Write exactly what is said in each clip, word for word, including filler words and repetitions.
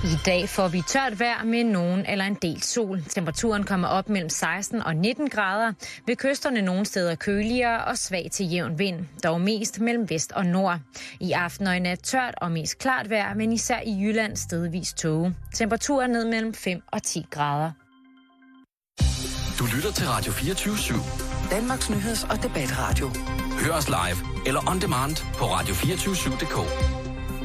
I dag får vi tørt vejr med nogen eller en del sol. Temperaturen kommer op mellem seksten og nitten grader. Ved kysterne nogle steder køligere og svag til jævn vind. Dog mest mellem vest og nord. I aften og i nat tørt og mest klart vejr, men især i Jylland stedvis tåge. Temperaturen ned mellem fem og ti grader. Du lytter til Radio fireogtyve syv. Danmarks nyheds- og debatradio. Hør os live eller on demand på radio to fire syv punktum d k.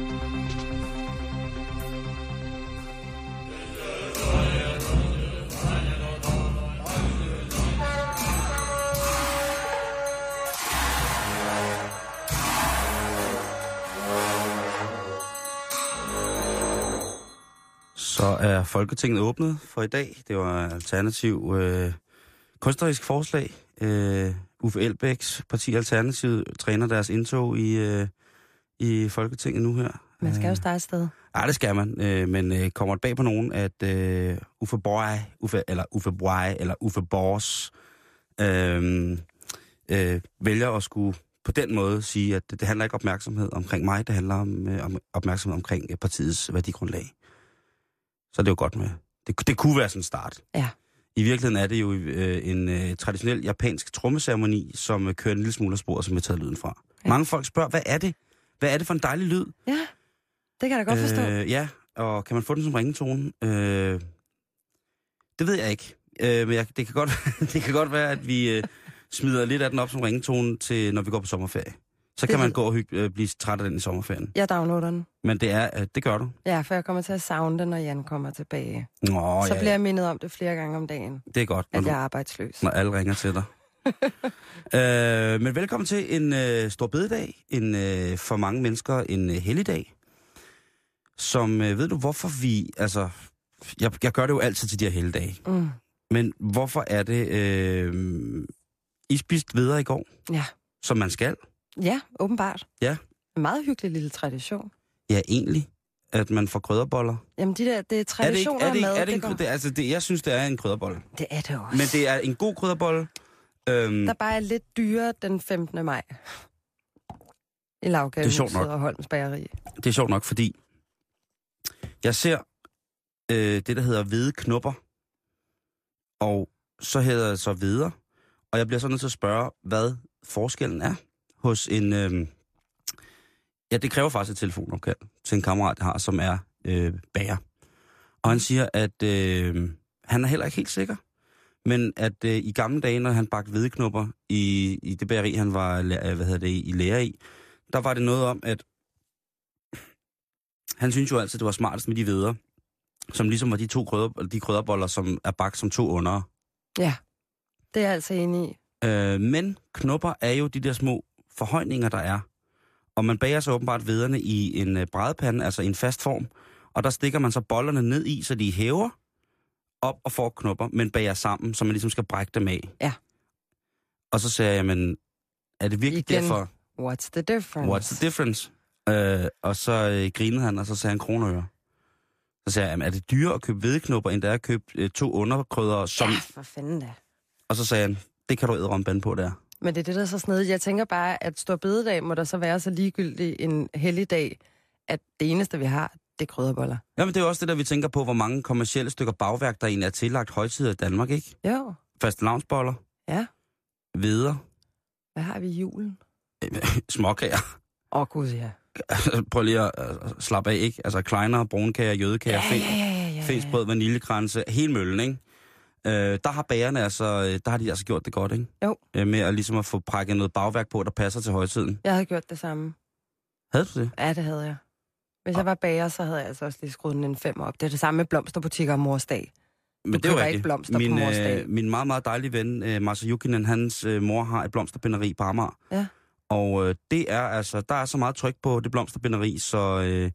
Så er Folketinget åbnet for i dag. Det var alternativ øh, kunstnerisk forslag. Øh, Uffe Elbæks parti Alternativet træner deres indtog i, øh, i Folketinget nu her. Man skal jo starte et sted. Ja, det skal man. Øh, men øh, kommer det bag på nogen, at øh, Uffe Boy, Uffe, eller Uffe Boy, eller Uffe Bors øh, øh, vælger at skulle på den måde sige, at det, det handler ikke om opmærksomhed omkring mig, det handler om, øh, om opmærksomhed omkring øh, partiets værdigrundlag. Så det er jo godt med. Det, det kunne være sådan en start. Ja. I virkeligheden er det jo øh, en øh, traditionel japansk trommeceremoni, som øh, kører en lille smule af sporet, som vi har taget lyden fra. Ja. Mange folk spørger, hvad er det? Hvad er det for en dejlig lyd? Ja, det kan jeg da godt forstå. Øh, ja, og kan man få den som ringetone? Øh, det ved jeg ikke. Øh, men jeg, det, kan godt, det kan godt være, at vi øh, smider lidt af den op som ringetone, til, når vi går på sommerferie. Så det kan man gå og hygge, øh, blive træt af den i sommerferien. Jeg downloader den. Men det er, øh, det gør du. Ja, for jeg kommer til at savne den, når Jan kommer tilbage. Nå, så ja, bliver jeg mindet om det flere gange om dagen. Det er godt. At du, jeg er arbejdsløs. Når alle ringer til dig. øh, men velkommen til en øh, stor bededag. En, øh, for mange mennesker en øh, helligdag. Som, øh, ved du hvorfor vi, altså, jeg, jeg gør det jo altid til de her helligdage. Mm. Men hvorfor er det, øh, I spiste videre i går? Ja. Som man skal? Ja, åbenbart. Ja. En meget hyggelig lille tradition. Ja, egentlig. At man får krydderboller. Jamen, de der, det er traditioner er det ikke, er det ikke, mad, er det en, det, det, altså, det, jeg synes, det er en krydderbolle. det er det også. Men det er en god krydderbolle. Øhm, Der bare er lidt dyrere den femtende maj. I Lavgavehuset og Holms Bageri. Det er sjovt nok, fordi jeg ser øh, det, der hedder hvide knupper. Og så hedder det så videre. Og jeg bliver så nødt til at spørge, hvad forskellen er hos en... Øh, ja, det kræver faktisk et telefonopkald til en kammerat, jeg har, som er øh, bager. Og han siger, at øh, han er heller ikke helt sikker. Men at øh, i gamle dage, når han bagte hvideknupper i, i det bageri, han var hvad hedder det, i lærer i, der var det noget om, at han synes jo altid, det var smartest med de hveder, som ligesom var de to krydder, de krydderboller, som er bagt som to undere. Ja, det er jeg altså enig i. Øh, men knupper er jo de der små forhøjninger, der er. Og man bager så åbenbart hvederne i en øh, brædepande, altså i en fast form. Og der stikker man så bollerne ned i, så de hæver op og får knupper, men bager sammen, så man ligesom skal brække dem af. Ja. Og så sagde jeg, men er det virkelig Igen, derfor? What's the difference? What's the difference? Øh, og så øh, grinede han, og så sagde han kroneøre. Så sagde jeg, jamen, er det dyrere at købe hvedeknupper, end det er at købe øh, to underkrydder? Som... Ja, for fanden da. Og så sagde han, det kan du æde bande på der. Men det er det, der er så snedigt. Jeg tænker bare, at stor bededag må der så være så ligegyldig en helligdag, at det eneste, vi har, det er krydderboller. Jamen, det er også det, der vi tænker på, hvor mange kommercielle stykker bagværk, der egentlig er tillagt højtider i Danmark, ikke? Jo. Fastelavnsboller. Ja. Hveder. Hvad har vi i julen? Småkager. Åh, gud, ja. Prøv lige at uh, slappe af, ikke? Altså kleiner, brunkager, jødekager, ja, ja, ja, ja, ja. fæsbrød, vaniljekranse, hele møllen, ikke? Uh, der har bagerne altså, der har de altså gjort det godt, ikke? Jo. Uh, med at ligesom at få prakket noget bagværk på, der passer til højtiden. Jeg havde gjort det samme. Havde du det? Ja, det havde jeg. Hvis jeg var bager, så havde jeg altså også lige skruet den en fem op. Det er det samme med blomsterbutikker om mors dag. Men det er jo ikke blomster min, på mors dag. Øh, min meget, meget dejlige ven, øh, Marsa Jukinen, hans øh, mor har et blomsterbinderi på Amager. Ja. Og øh, det er altså, der er så meget tryk på det blomsterbinderi, så øh,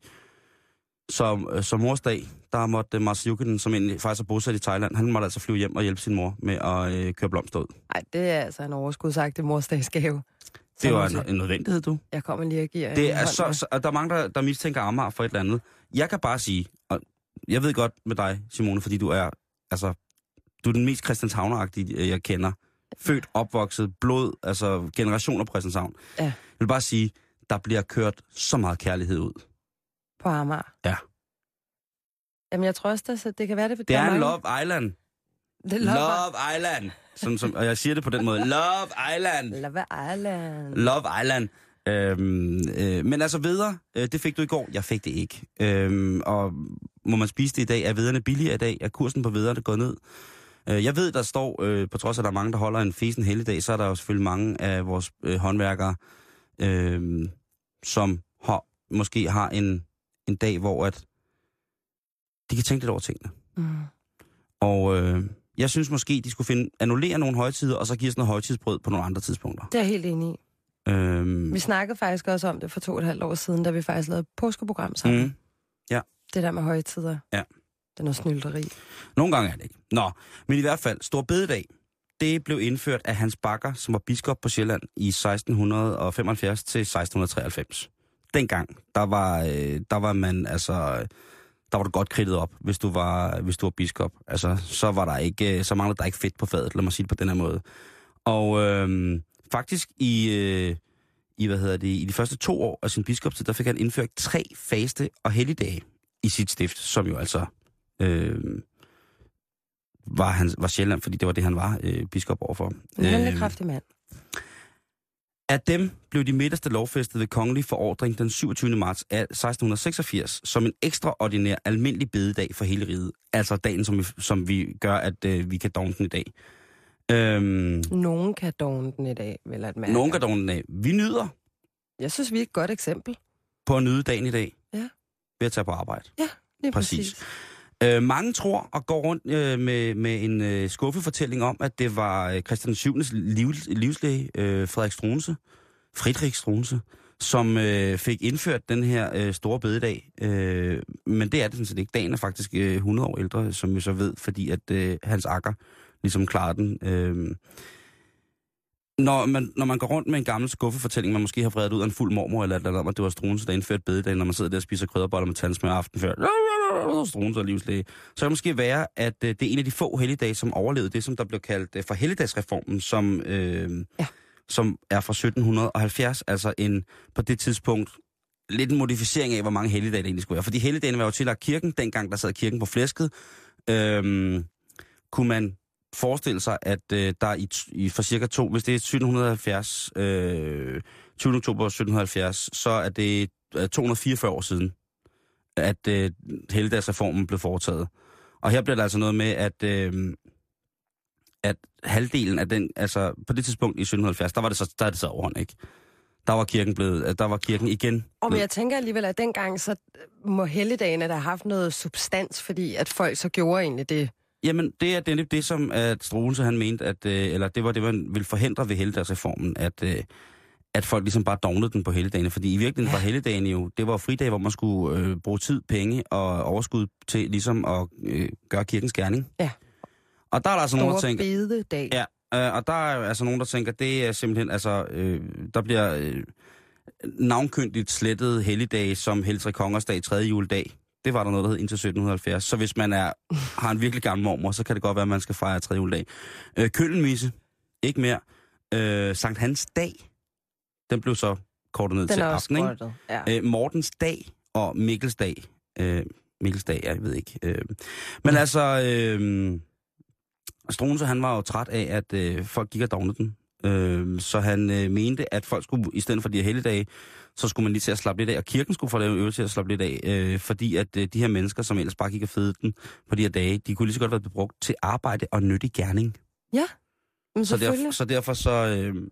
som, øh, som mors dag, der måtte øh, Marsa Jukinen, som egentlig faktisk er bosat i Thailand, han måtte altså flyve hjem og hjælpe sin mor med at øh, køre blomster ud. Nej, det er altså en overskudsagtig morsdagsgave. Det var en, en nødvendighed, du. Jeg kommer lige og giver det er så, så, der er mange, der, der mistænker Amager for et eller andet. Jeg kan bare sige, og jeg ved godt med dig, Simone, fordi du er, altså, du er den mest Christianshavner-agtige, jeg kender. Født, opvokset, blod, altså generationer på Christianshavn. Ja. Jeg vil bare sige, der bliver kørt så meget kærlighed ud. På Amager? Ja. Jamen, jeg tror også, det, det kan være det. Det er en Love Island. Det er Love, Love Island. Som, som, og jeg siger det på den måde. Love Island. Love Island. Love Island. Øhm, øh, men altså videre, øh, det fik du i går. Jeg fik det ikke. Øhm, og må man spise det i dag? Er vederne billigere i dag? Er kursen på vederne gået ned? Øh, jeg ved, der står, øh, på trods af, at der er mange, der holder en fesen helligdag, så er der jo selvfølgelig mange af vores øh, håndværkere, øh, som har, måske har en, en dag, hvor at de kan tænke lidt over tingene. Mm. Og øh, jeg synes måske, de skulle finde, annullere nogle højtider, og så give os noget højtidsbrød på nogle andre tidspunkter. Det er jeg helt enig i. Øhm, vi snakkede faktisk også om det for to og et halvt år siden, da vi faktisk lavede et påskeprogram sammen. Mm, ja. Det der med højtider. Ja. Det er noget snylteri. Nogle gange er det ikke. Nå, men i hvert fald, Stor Bededag, det blev indført af Hans Bakker, som var biskop på Sjælland i seksten femoghalvfjerds til seksten treoghalvfems. Dengang, der var, øh, der var man altså, der var du godt kridtet op, hvis du var, hvis du var biskop. Altså, så var der ikke, så manglede der ikke fedt på fadet, lad mig sige det på den her måde. Og øh, faktisk i, øh, i, hvad hedder det, i de første to år af sin biskopstid, der fik han indført tre faste og helligdage i sit stift, som jo altså øh, var, han, var Sjælland, fordi det var det, han var øh, biskop overfor. En øh, kraftig mand. Af dem blev de midterste lovfæstet ved kongelig forordring den syvogtyvende marts seksten seksogfirs som en ekstraordinær almindelig bededag for hele riget. Altså dagen, som vi, som vi gør, at øh, vi kan dogne den i dag. Øhm, nogen kan dogne den i dag, vel at mærke. Nogen kan dogne den i dag. Vi nyder. Jeg synes, vi er et godt eksempel. På at nyde dagen i dag. Ja. Ved at tage på arbejde. Ja, det er præcis. præcis. Øh, mange tror og går rundt øh, med, med en øh, skuffefortælling om, at det var øh, Christian syvendes liv, livslæge, øh, Frederik Struensee, Friedrich Struensee, som øh, fik indført den her øh, store bededag. Øh, men det er det sådan set ikke. Dagen er faktisk øh, hundrede år ældre, som vi så ved, fordi at øh, Hans Akker ligesom klarede den. Øh, Når man, når man går rundt med en gammel skuffefortælling, man måske har fredet ud af en fuld mormor, eller eller andet, det var Struensee, der indførte bededagen, når man sidder der og spiser krydderboller med tandsmør aften før. Struensee og livslæge. Så kan det måske være, at øh, det er en af de få helligdage, som overlevede det, som der blev kaldt øh, for helligdagsreformen, som, øh, ja. som er fra sytten halvfjerds, altså en på det tidspunkt lidt en modificering af, hvor mange helligdage det egentlig skulle være. Fordi helligdagen var jo tillagt kirken, dengang der sad kirken på flæsket, øh, kunne man forestille sig, at øh, der i, i for cirka to, hvis det er sytten halvfjerds, øh, tyvende oktober sytten halvfjerds, så er det øh, to hundrede fireogfyrre år siden, at øh, helligdagsreformen blev foretaget. Og her bliver der altså noget med, at, øh, at halvdelen af den, altså på det tidspunkt i sytten halvfjerds, der var det så, der er det så overhånd, ikke? Der var kirken blevet, der var kirken igen. Og men jeg tænker alligevel, at dengang så må helligdagene der have haft noget substans, fordi at folk så gjorde egentlig det. Jamen, det er det, det som at Struensee han mente, at, eller det var det, man ville forhindre ved helligdagsreformen, at, at folk ligesom bare dognede den på helligdagene. Fordi i virkeligheden var helligdagene jo, det var fridage, hvor man skulle øh, bruge tid, penge og overskud til ligesom at øh, gøre kirkens gerning. Ja. Og der er der altså nogen, der tænker... bededag. Ja, øh, og der er altså nogen, der tænker, det er simpelthen, altså, øh, der bliver øh, navnkyndigt slettet helligdage som Helligtre Kongers dag, tredje juledag. Det var der noget, der hed indtil sytten halvfjerds. Så hvis man er, har en virkelig gammel mormor, så kan det godt være, at man skal fejre tredje juledag. Øh, Køllenmisse, ikke mere. Øh, Sankt Hans dag, den blev så kortet ned den til aften, ikke? Ja. Øh, Mortens dag og Mikkels dag. Øh, Mikkels dag, jeg ved ikke. Øh. Men mm. altså, øh, Struensee, han var jo træt af, at øh, folk gik og dognede den. Øh, så han øh, mente, at folk skulle, i stedet for de her helligdage, så skulle man lige til at slappe lidt af, og kirken skulle få lavet øve til at slappe lidt af, øh, fordi at øh, de her mennesker, som ellers bare gik og fede den på de her dage, de kunne lige så godt være brugt til arbejde og nyttig gerning. Ja, men så, derfor, så derfor så, øh,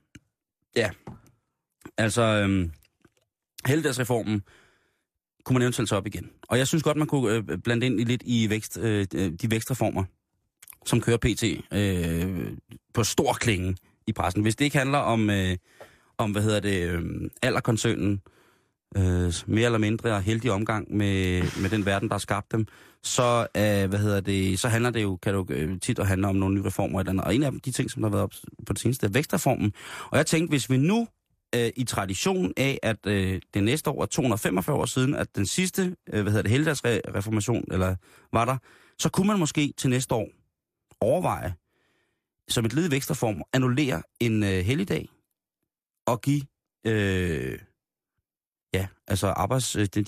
ja, altså, øh, helligdagsreformen kunne man eventuelt tage op igen. Og jeg synes godt, man kunne øh, blande ind i lidt i vækst, øh, de vækstreformer, som kører P T øh, på stor klinge i pressen. Hvis det ikke handler om... Øh, om, hvad hedder det, øh, alderkoncernen, øh, mere eller mindre heldig omgang med, med den verden, der har skabt dem, så, øh, hvad hedder det, så handler det jo, kan det jo tit at handle om nogle nye reformer eller andet. Og en af de ting, som der har været op på det seneste, er vækstreformen. Og jeg tænkte, hvis vi nu øh, i tradition af, at øh, det næste år er to hundrede femogfyrre år siden, at den sidste, øh, hvad hedder det, helligdagsreformation, eller var der, så kunne man måske til næste år overveje, som et led i vækstreform, annullere en øh, helligdag, og give øh, ja, altså arbejds, de, de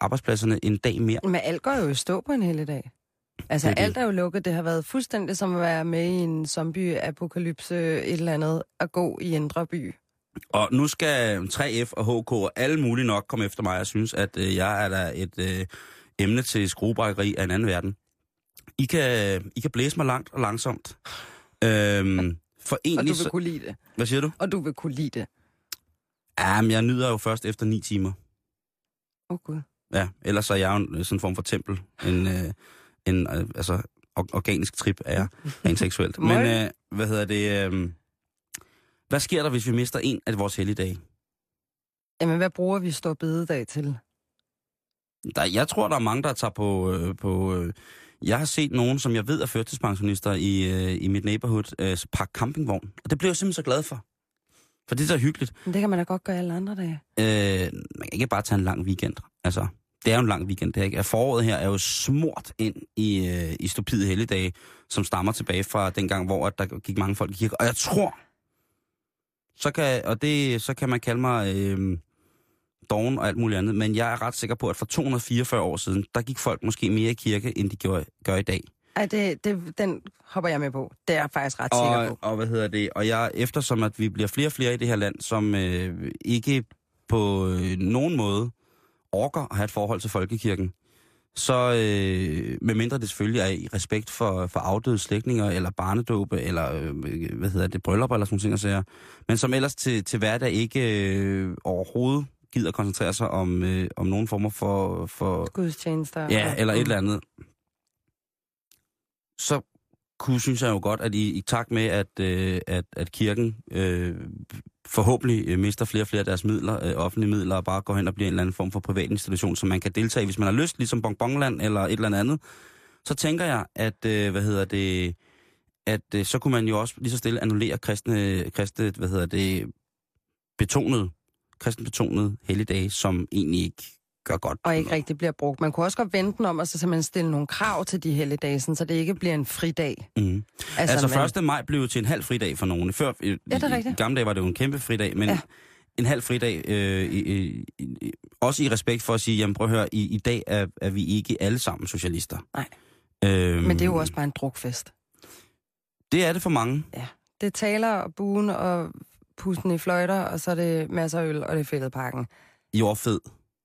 arbejdspladserne en dag mere. Men alt går jo i stå på en hel dag. Altså, Det er alt er jo lukket. Det har været fuldstændig som at være med i en zombie-apokalypse, et eller andet, at gå i Indre By. Og nu skal tre F og H K og alle mulige nok komme efter mig og synes, at øh, jeg er der et øh, emne til skruebrækkeri af en anden verden. I kan, I kan blæse mig langt og langsomt. Øhm, for egentlig, og du vil kunne lide det. Hvad siger du? Og du vil kunne lide det. Jamen, jeg nyder jo først efter ni timer. Åh, oh, Gud. Ja, ellers er jeg jo en, sådan en form for tempel. En, øh, en øh, altså, or- organisk trip er jeg, rent seksuelt. Men, øh, hvad hedder det... Øh, hvad sker der, hvis vi mister en af vores helligdage? Jamen, hvad bruger vi store bededag til? Der, jeg tror, der er mange, der tager på... Øh, på øh, jeg har set nogen, som jeg ved er førtidspensionister i, øh, i mit neighborhood, øh, pakke campingvogn. Og det blev jeg simpelthen så glad for. For det er så hyggeligt. Men det kan man da godt gøre alle andre dage. Øh, man kan ikke bare tage en lang weekend. Altså, det er jo en lang weekend, det er ikke? Foråret her er jo smurt ind i, øh, i stupide helligdage, som stammer tilbage fra den gang, hvor at der gik mange folk i kirke. Og jeg tror, så kan, og det, så kan man kalde mig øh, doven og alt muligt andet, men jeg er ret sikker på, at for to hundrede og fireogfyrre år siden, der gik folk måske mere i kirke, end de gør, gør i dag. Ej, det, det, den hopper jeg med på. Det er jeg faktisk ret sikker og, på. Og hvad hedder det? Og jeg, eftersom at vi bliver flere og flere i det her land, som øh, ikke på øh, nogen måde orker at have et forhold til folkekirken, så øh, medmindre det selvfølgelig er i respekt for, for afdøde slægtninge, eller barnedåbe, eller øh, hvad hedder det, bryllupper, eller sådan ting, siger, men som ellers til, til hverdag ikke øh, overhovedet gider at koncentrere sig om, øh, om nogen former for... for gudstjenester. Ja, og, eller et eller andet. Så kunne, synes jeg jo godt, at i, i takt med, at, øh, at, at kirken øh, forhåbentlig øh, mister flere og flere af deres midler, øh, offentlige midler, og bare går hen og bliver en eller anden form for privat institution, som man kan deltage i, hvis man har lyst, ligesom Bonbonland eller et eller andet, så tænker jeg, at, øh, hvad hedder det, at øh, så kunne man jo også lige så stille annullere kristne, kristne hvad hedder det, betonede, kristenbetonede helligdage, som egentlig ikke gør godt. Og ikke rigtig bliver brugt. Man kunne også godt vente den om, og så simpelthen stille nogle krav til de helligdage, så det ikke bliver en fridag. Mm. Altså, altså men... første maj blev jo til en halv fridag for nogen. Før, i, ja, det er rigtigt. I gamle dage var det jo en kæmpe fridag, men ja. en halv fridag, øh, i, i, i, også i respekt for at sige, jamen prøv at høre, i, i dag er, er vi ikke alle sammen socialister. Nej. Øhm, men det er jo også bare en drukfest. Det er det for mange. Ja. Det er taler og buen og pusten i fløjter, og så er det masser af øl, og det er fældeparken. Jordfed.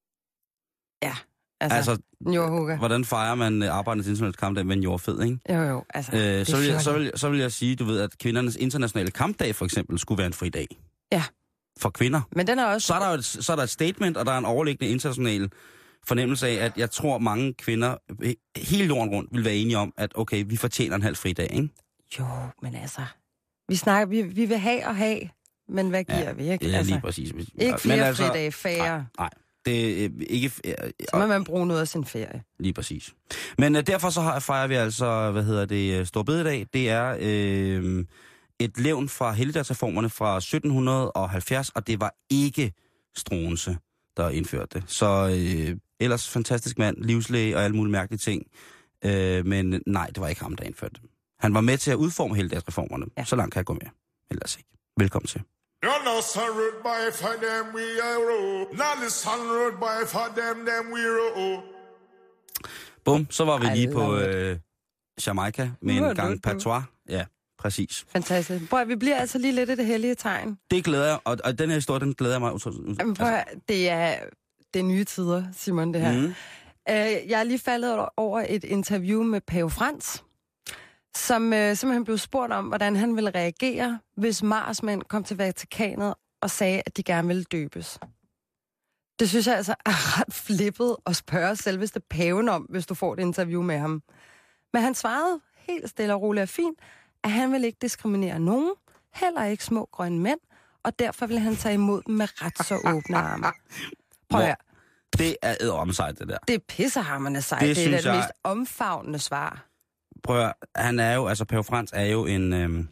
Ja, altså, altså jordhugger. Hvordan fejrer man Arbejdernes Internationale Kampdag med en jordfed, ikke? Jo, jo, altså. Øh, så, vil jeg, så, vil, så vil jeg sige, du ved, at kvindernes internationale kampdag for eksempel skulle være en fridag. Ja. For kvinder. Men den er også... Så er der jo et, så er der et statement, og der er en overliggende international fornemmelse af, at jeg tror, mange kvinder hele jorden rundt vil være enige om, at okay, vi fortjener en halv fridag, ikke? Jo, men altså... Vi snakker, vi, vi vil have og have, men hvad giver ja, vi, ikke? Ja, altså, lige præcis. Ikke flere men altså, fridage, færre. Nej, nej. Det er ikke... Så må man bruge noget af sin ferie. Lige præcis. Men uh, derfor så har, fejrer vi altså, hvad hedder det, Store Bededag. Det er øh, et levn fra helligdagsreformerne fra sytten halvfjerds, og det var ikke Struensee, der indførte det. Så øh, ellers fantastisk mand, livslæge og alle mulige mærkelige ting. Øh, men nej, det var ikke ham, der indførte det. Han var med til at udforme helligdagsreformerne. Ja. Så langt kan jeg gå med. Ellers ikke. Velkommen til. You're not road by for them we are row. Not the sun road by for them them we row. Bum, så var vi lige på øh, Jamaica med en gang patois. Ja, præcis. Fantastisk. Prøv, vi bliver altså lige lidt af det hellige tegn. Det glæder jeg, og, og den her historie, den glæder jeg mig utroligt. Jamen prøv, altså. det, er, det er nye tider, Simon, det her. Mm. Uh, jeg er lige faldet over et interview med Pave Frans, som uh, simpelthen blev spurgt om, hvordan han ville reagere, hvis marsmænd kom til Vatikanet og sagde, at de gerne ville døbes. Det synes jeg altså er ret flippet at spørge selveste paven om, hvis du får et interview med ham. Men han svarede helt stille og roligt og fint, at han vil ikke diskriminere nogen, heller ikke små grønne mænd, og derfor vil han tage imod dem med ret så åbne arme. Prøv her. Det er edderom sejt, det der. Det er pissehammerende sejt. Det, det er det jeg... mest omfavnende svar. Prøv at, han er jo, altså Pave Frans er jo en, øhm,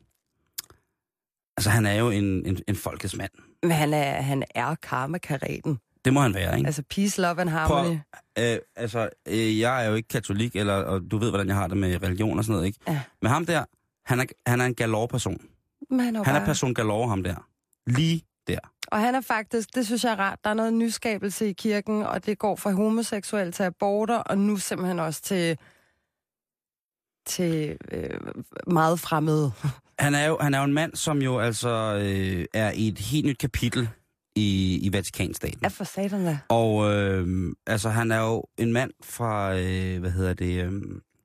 altså han er jo en, en, en folkets mand. Men han er, han er karma-karetten. Det må han være, ikke? Altså peace, love and harmony. Prøv, øh, altså, øh, jeg er jo ikke katolik, eller, og du ved, hvordan jeg har det med religion og sådan noget, ikke? Ja. Men ham der, han er, han er en galore-person. Men han er, han er bare... person galore, ham der. Lige der. Og han er faktisk, det synes jeg er rart, der er noget nyskabelse i kirken, og det går fra homoseksuel til aborter, og nu simpelthen også til, til øh, meget fremmede. Han er, jo, han er jo en mand, som jo altså øh, er i et helt nyt kapitel i, i Vatikanstaten. Ja, for satan da. Og øh, altså, han er jo en mand fra, øh, hvad hedder det, øh,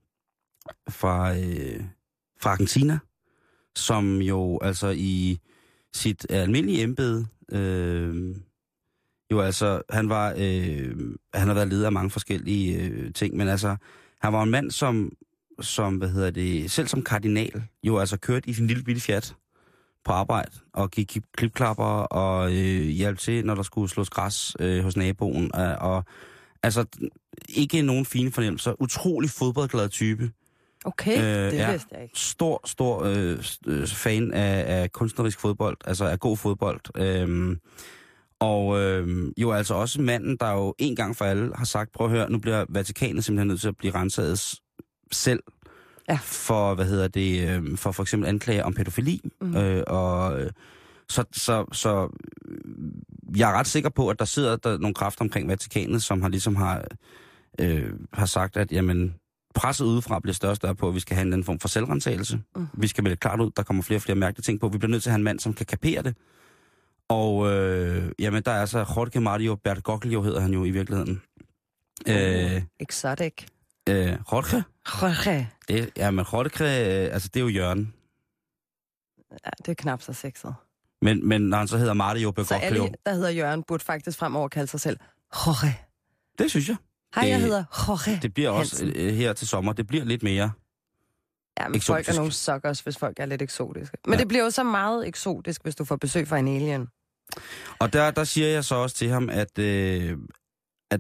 fra, øh, fra Argentina, som jo altså i sit almindelige embede, øh, jo altså, han var, øh, han har været leder af mange forskellige øh, ting, men altså, han var en mand, som, som, hvad hedder det, selv som kardinal, jo altså kørte i sin lille bitte Fiat på arbejde, og gik klipklapper og øh, hjalp til, når der skulle slås græs øh, hos naboen, og, og altså, ikke nogen fine fornemmelser, utrolig fodboldglad type. Okay, øh, det vidste jeg ikke. Stor, stor øh, fan af, af kunstnerisk fodbold, altså af god fodbold. Øhm, og øh, jo altså også manden, der jo en gang for alle har sagt, prøv at høre, nu bliver Vatikanet simpelthen nødt til at blive renset selv ja. for, hvad hedder det, øh, for for eksempel anklager om pædofili. Mm. Øh, og øh, så, så, så jeg er ret sikker på, at der sidder der nogle kræfter omkring Vatikanet, som har ligesom har, øh, har sagt, at jamen, presset udefra bliver større og større på, at vi skal have en anden form for selvrensagelse. Mm. Vi skal melde klart ud, der kommer flere og flere mærkelige ting på. Vi bliver nødt til at have en mand, som kan kapere det. Og øh, jamen, der er altså Jorge Mario Bergoglio, hedder han jo i virkeligheden. Oh, øh, exotic. Øh, Jorge? Jorge. Det, ja, men Jorge, øh, altså det er jo Jørgen. Ja, det er knap så sexet. Men, men når han så hedder Mario Bergoglio... Så alle, der hedder Jørgen, burde faktisk fremover kalde sig selv Jorge. Det synes jeg. Hej, det, jeg hedder Jorge Det bliver også øh, her til sommer, det bliver lidt mere ja, men eksotisk. Folk er nogle suckers, hvis folk er lidt eksotiske. Men ja. Det bliver jo så meget eksotisk, hvis du får besøg fra en alien. Og der, der siger jeg så også til ham, at, øh, at,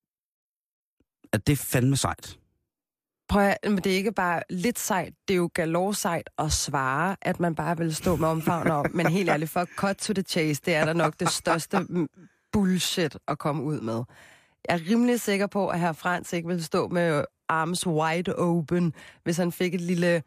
at det er fandme sejt. Prøv at, men det er ikke bare lidt sejt, det er jo galore sejt at svare, at man bare vil stå med omfavn om. Men helt ærligt, for cut to the chase, det er da nok det største bullshit at komme ud med. Jeg er rimelig sikker på, at herr Frans ikke vil stå med arms wide open, hvis han fik et lille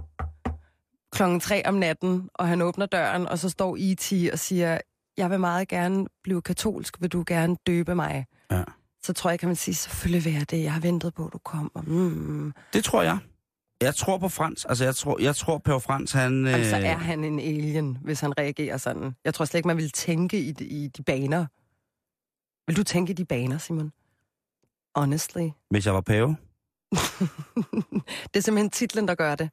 klokken tre om natten, og han åbner døren, og så står E T og siger, jeg vil meget gerne blive katolsk, vil du gerne døbe mig? Ja. Så tror jeg ikke, han vil sige, selvfølgelig vil jeg det, jeg har ventet på, at du kommer. Mm. Det tror jeg. Jeg tror på Frans. Altså, jeg tror, jeg tror på Frans, han... Jamen, så øh... er han en alien, hvis han reagerer sådan. Jeg tror slet ikke, man vil tænke i de, i de baner. Vil du tænke i de baner, Simon? Honestly. Hvis jeg var pave? Det er simpelthen titlen, der gør det.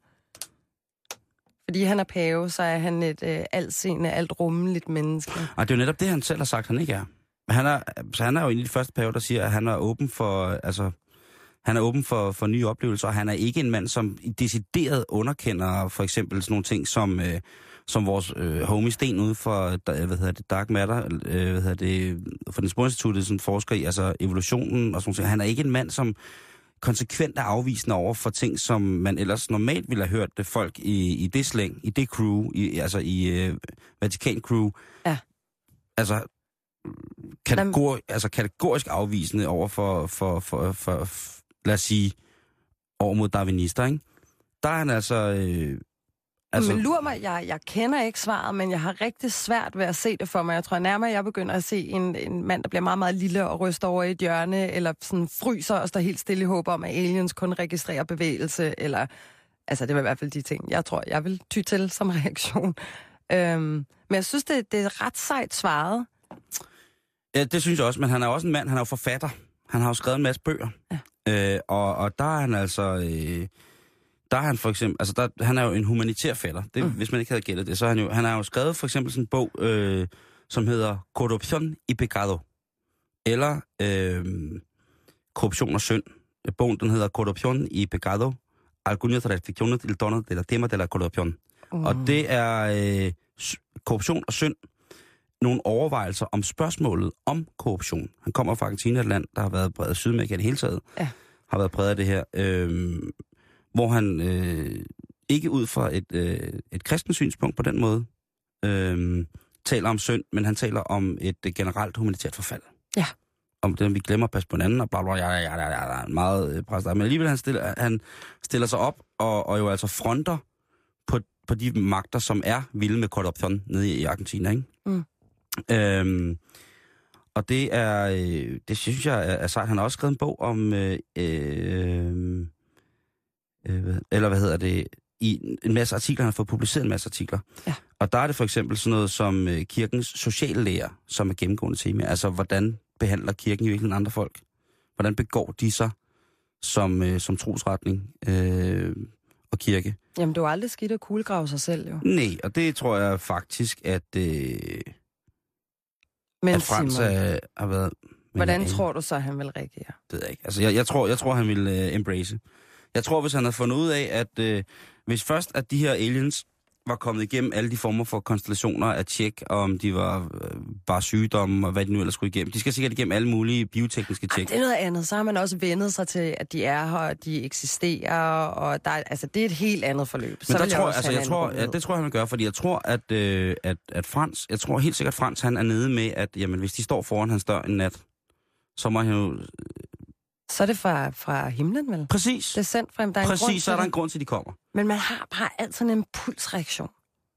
Fordi han er pave, så er han et øh, altseende, alt rummeligt menneske. Og det er jo netop det, han selv har sagt, han ikke er. Han er, så han er jo en af de første pave, der siger, at han er åben for, altså, han er åben for, for nye oplevelser, og han er ikke en mand, som decideret underkender for eksempel sådan nogle ting, som, øh, som vores øh, homie Sten ude for, hvad hedder det, Dark Matter, øh, hvad hedder det, for den Sportsinstituttet, sådan forsker i, altså evolutionen og sådan noget. Han er ikke en mand, som konsekvent er afvisende over for ting, som man ellers normalt ville have hørt det folk i, i det slæng, i det crew, i, altså i øh, Vatikan-crew. Ja. Altså, kategori, altså kategorisk afvisende over for, for, for, for, for, lad os sige, over mod darwinister, ikke? Der er han altså... Øh, altså men lur mig, jeg, jeg kender ikke svaret, men jeg har rigtig svært ved at se det for mig. Jeg tror nærmere, jeg begynder at se en, en mand, der bliver meget, meget lille og ryster over i et hjørne, eller sådan fryser og står helt stille i håb om, at aliens kun registrerer bevægelse, eller... Altså, det var i hvert fald de ting, jeg tror, jeg vil ty til som reaktion. Øhm, men jeg synes, det, det er ret sejt svaret. Ja, det synes jeg også, men han er også en mand, han er jo forfatter. Han har jo skrevet en masse bøger. Ja. Øh, og, og der er han altså... Øh, der er han for eksempel... Altså, der, han er jo en humanitær fætter. Det, mm. Hvis man ikke havde gættet det, så er han jo... Han har jo skrevet for eksempel sådan en bog, øh, som hedder Corrupción y Pecado. Eller øh, Korruption og synd. Bogen, den hedder Corrupción y Pecado. Algunas reflexiones del tono de la tema de la corrupción. Mm. Og det er øh, korruption og synd. Nogle overvejelser om spørgsmålet om korruption. Han kommer fra Argentina, et land, der har været præget af Sydamerika i det hele taget. Ja. Har været præget af det her. Øh, hvor han øh, ikke ud fra et, øh, et kristent synspunkt på den måde øh, taler om synd, men han taler om et øh, generelt humanitært forfald. Ja. Om det, vi glemmer at passe på hinanden, og bla bla, ja, ja, ja, ja, ja, meget øh, presset. Men alligevel han stiller, han stiller sig op, og, og jo altså fronter på, på de magter, som er vilde med korruption nede i Argentina, ikke? Mm. Øhm, og det er, øh, det synes jeg er, er sejt. Han har også skrevet en bog om, øh, øh, øh, eller hvad hedder det, i en masse artikler, han har fået publiceret en masse artikler. Ja. Og der er det for eksempel sådan noget som øh, kirkens sociale lære, som er gennemgående tema. Altså, hvordan behandler kirken i virkeligheden andre folk? Hvordan begår de sig som, øh, som trosretning øh, og kirke? Jamen, du er aldrig skidt at kuglegrave sig selv, jo. Nej, og det tror jeg faktisk, at, øh, Men at Frans Simon, øh, har været... hvordan jeg, tror du så, han vil reagere? Det ved jeg ikke. Altså, jeg, jeg, tror, jeg tror, han vil øh, embrace. Jeg tror, hvis han havde fundet ud af, at øh, hvis først, at de her aliens var kommet igennem alle de former for konstellationer at tjekke, om de var øh, bare sygdomme og hvad de nu ellers skulle igennem. De skal sikkert igennem alle mulige biotekniske tjek. Det er noget andet. Så har man også vendet sig til, at de er her, og de eksisterer, og der, altså, det er et helt andet forløb. Men så der vil jeg tror, også altså, have jeg en tror, anden ja, det tror jeg, han vil gøre, fordi jeg tror, at, øh, at, at Frans, jeg tror helt sikkert, Frans, han er nede med, at jamen, hvis de står foran hans dør en nat, så må han jo... Så er det fra, fra himlen, vel? Præcis. Det er sendt frem. Der er Præcis, en grund så er der til en grund til, at de kommer. Men man har bare altid en impulsreaktion.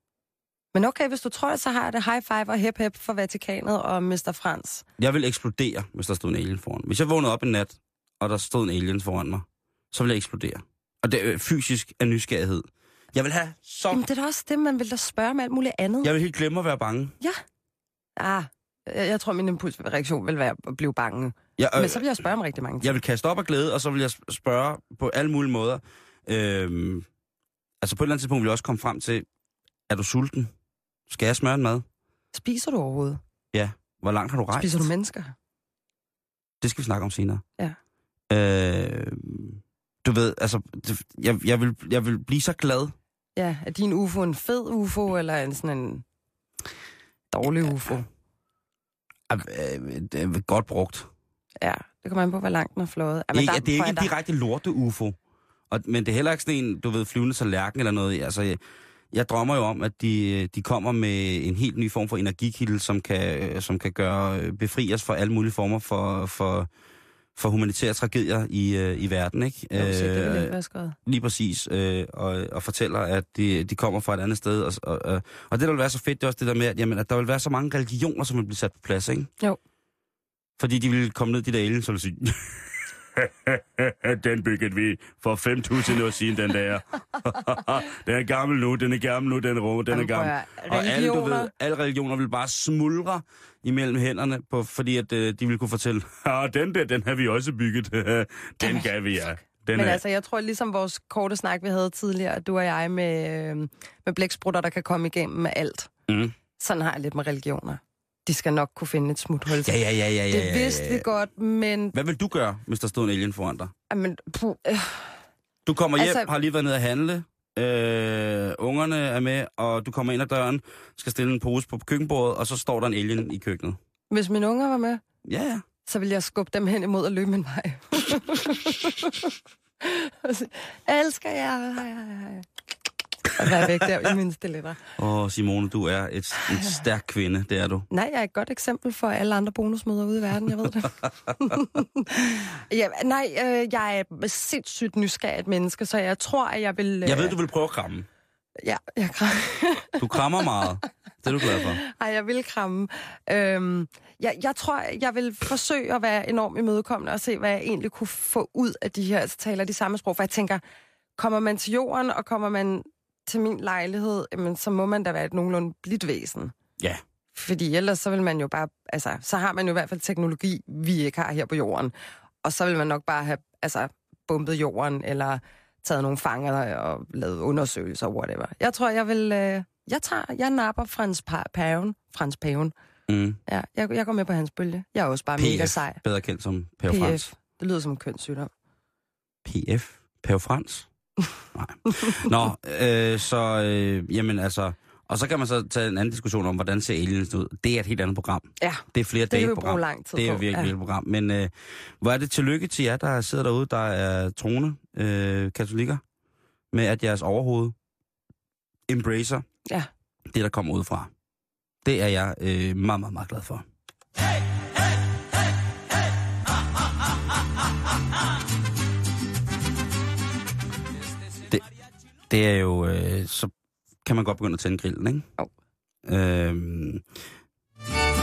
Men okay, hvis du tror, så har jeg det high five og hep hep for Vatikanet og mister Frans. Jeg vil eksplodere, hvis der stod en alien foran. Hvis jeg vågnede op en nat, og der stod en alien foran mig, så vil jeg eksplodere. Og det er fysisk af nysgerrighed. Jeg vil have så... Jamen, det er da også det, man vil da spørge med alt muligt andet. Jeg vil helt glemme at være bange. Ja. Ah, jeg, jeg tror, min impulsreaktion vil være at blive bange. Jeg, øh, Men så vil jeg spørge om rigtig mange ting. Jeg vil kaste op af glæde, og så vil jeg spørge på alle mulige måder. Øhm, altså på et eller andet tidspunkt vil jeg også komme frem til, er du sulten? Skal jeg smøre en mad? Spiser du overhovedet? Ja. Hvor langt har du rejst? Spiser du mennesker? Det skal vi snakke om senere. Ja. Øh, du ved, altså, det, jeg, jeg, vil, jeg vil blive så glad. Ja, er din U F O en fed U F O, eller en sådan en dårlig U F O? Øh, det er godt brugt. Ja, det kommer an på, hvor langt den er flået. Ja, Ikke, der, det er ikke en der... direkte lorte-U F O. Og, men det er heller ikke sådan en, du ved, flyvende tallerken eller noget. Altså, jeg, jeg drømmer jo om, at de, de kommer med en helt ny form for energikilde, som kan, som kan gøre, befri os for alle mulige former for, for, for humanitære tragedier i, i verden, ikke? Jo, så det vil ikke være skødt. Lige præcis. Øh, og, og fortæller, at de, de kommer fra et andet sted. Og, og, og, og det, der vil være så fedt, det er også det der med, at, jamen, at der vil være så mange religioner, som vil blive sat på plads, ikke? Jo. Fordi de vil komme ned, de der aliens, så vil sige... Den byggede vi for fem tusind år siden, den der. Den er gammel nu, den er gammel nu, den er rå, den Jamen, er gammel. Og alle, du ved, alle religioner vil bare smuldre imellem hænderne, på, fordi at, øh, de vil kunne fortælle, ah, den der, den har vi også bygget. Den gav vi, ja. Den Men er... altså, jeg tror ligesom vores korte snak, vi havde tidligere, du og jeg med, øh, med blæksprutter, der kan komme igennem med alt. Mm. Sådan har jeg lidt med religioner. De skal nok kunne finde et smuthul. Ja, ja, ja, ja, ja. Det vidste vi godt, men... Hvad vil du gøre, hvis der stod en alien foran dig? Jamen, puh, øh. Du kommer hjem, Altså- har lige været nede at handle, øh, ungerne er med, og du kommer ind ad døren, skal stille en pose på køkkenbordet, og så står der en alien i køkkenet. Hvis mine unger var med, Ja, ja. så ville jeg skubbe dem hen imod og løbe min vej. Jeg elsker jer. Hej, hej, hej. Og være væk der i mine stiletter. Åh, Simone, du er et, en stærk kvinde, det er du. Nej, jeg er et godt eksempel for alle andre bonusmøder ude i verden, jeg ved det. ja, nej, øh, jeg er sindssygt nysgerrigt menneske, så jeg tror, at jeg vil... Øh... Jeg ved, du vil prøve at kramme. Ja, jeg krammer. Du krammer meget. Det er du glad for. Ej, jeg vil kramme. Øhm, jeg, jeg tror, jeg vil forsøge at være enormt imødekommende og se, hvad jeg egentlig kunne få ud af de her, altså taler de samme sprog. For jeg tænker, kommer man til jorden, og kommer man til min lejlighed, jamen, så må man da være et nogenlunde blidt væsen. Ja. Fordi ellers så vil man jo bare, altså, så har man jo i hvert fald teknologi, vi ikke har her på jorden. Og så vil man nok bare have, altså, bumpet jorden, eller taget nogle fanger og lavet undersøgelser, whatever. Jeg tror, jeg vil, øh, jeg tager, jeg napper Frans Paven, Frans Paven. Mm. Ja, jeg, jeg går med på hans bølge. Jeg er også bare P F, mega sej. bedre kendt som Pave Frans. Det lyder som en kønssygdom. P F? Pave Frans? Nej. Nå, øh, så, øh, jamen altså... Og så kan man så tage en anden diskussion om, hvordan ser aliens ud. Det er et helt andet program. Ja, det er flere det dage vil vi program. bruge lang tid det er på. virkelig Ja. et program. Men øh, hvor er det tillykke til jer, der sidder derude, der er troende øh, katolikker, med at jeres overhoved embracer ja. det, der kommer udefra. Det er jeg øh, meget, meget, meget glad for. Hey, hey, hey, hey. Ah, ah, ah, ah, ah. Det, det er jo... Øh, så kan man godt begynde at tænde grillen, ikke? Jo. Øhm,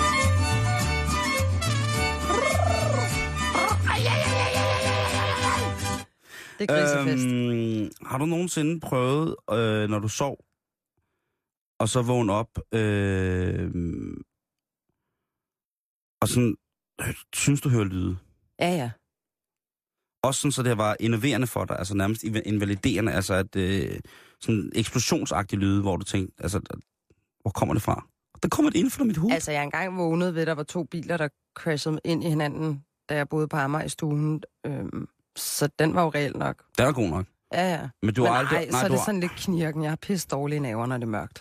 Det er grisefest. Øhm, har du nogensinde prøvet, øh, når du sov, og så vågne op, øh, og sådan, synes du hører lyde? Ja, ja. Også sådan, så det var innoverende for dig, altså nærmest invaliderende, altså at øh, sådan eksplosionsagtige lyde, hvor du tænkte, altså, hvor kommer det fra? Der kommer det inden for mit hoved. Altså, jeg engang vågnede ved, at der var to biler, der crashede ind i hinanden, da jeg boede på Amager i stuen. Øhm, så den var jo reelt nok. Den er god nok. Ja, ja. Men du Men har aldrig... ej, så er det sådan lidt knirken. Jeg har pisse dårlige naver, når det er mørkt.